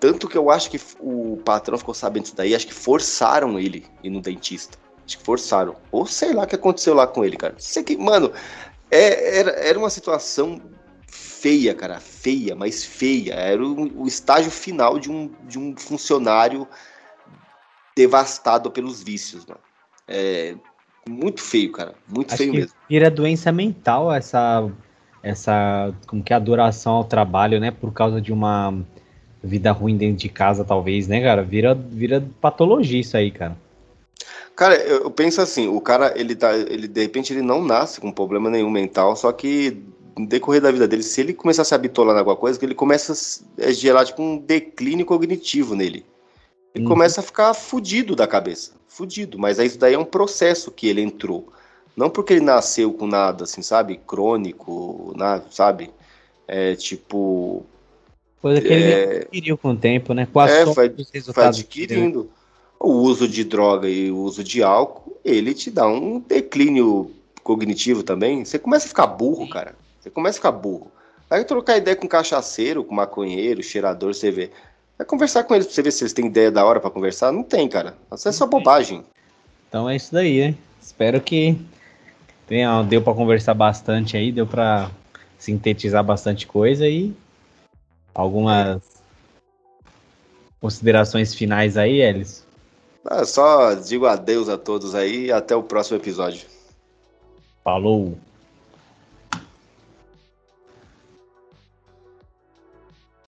Tanto que eu acho que o patrão ficou sabendo disso daí, acho que forçaram ele ir no dentista. Acho que forçaram. Ou sei lá o que aconteceu lá com ele, cara. Sei que, mano, era uma situação feia, cara. Feia, mas feia. Era o estágio final de um funcionário devastado pelos vícios, mano. Muito feio, cara. Muito Acho feio que mesmo. vira doença mental essa como que é, adoração ao trabalho, né? Por causa de uma vida ruim dentro de casa, talvez, né, cara? Vira patologia isso aí, cara. Cara, eu penso assim, o cara, ele de repente ele não nasce com problema nenhum mental, só que no decorrer da vida dele, se ele começar a se habituar em alguma coisa, que ele começa a gerar tipo um declínio cognitivo nele. Ele começa a ficar fudido da cabeça, fudido, mas isso daí é um processo que ele entrou. Não porque ele nasceu com nada, assim, sabe? Crônico, nada, sabe? Tipo, Coisa que ele adquiriu com o tempo, né? Com a soma dos vai resultados dele, né? adquirindo. O uso de droga e o uso de álcool, ele te dá um declínio cognitivo também. Você começa a ficar burro, cara. Você começa a ficar burro. Vai trocar ideia com cachaceiro, com maconheiro, cheirador, você vê. Vai conversar com eles pra você ver se eles têm ideia da hora pra conversar. Não tem, cara. Isso é só bobagem. Então é isso daí, né? Espero que deu pra conversar bastante aí, deu pra sintetizar bastante coisa e algumas considerações finais aí, Elis. Só digo adeus a todos aí e até o próximo episódio. Falou!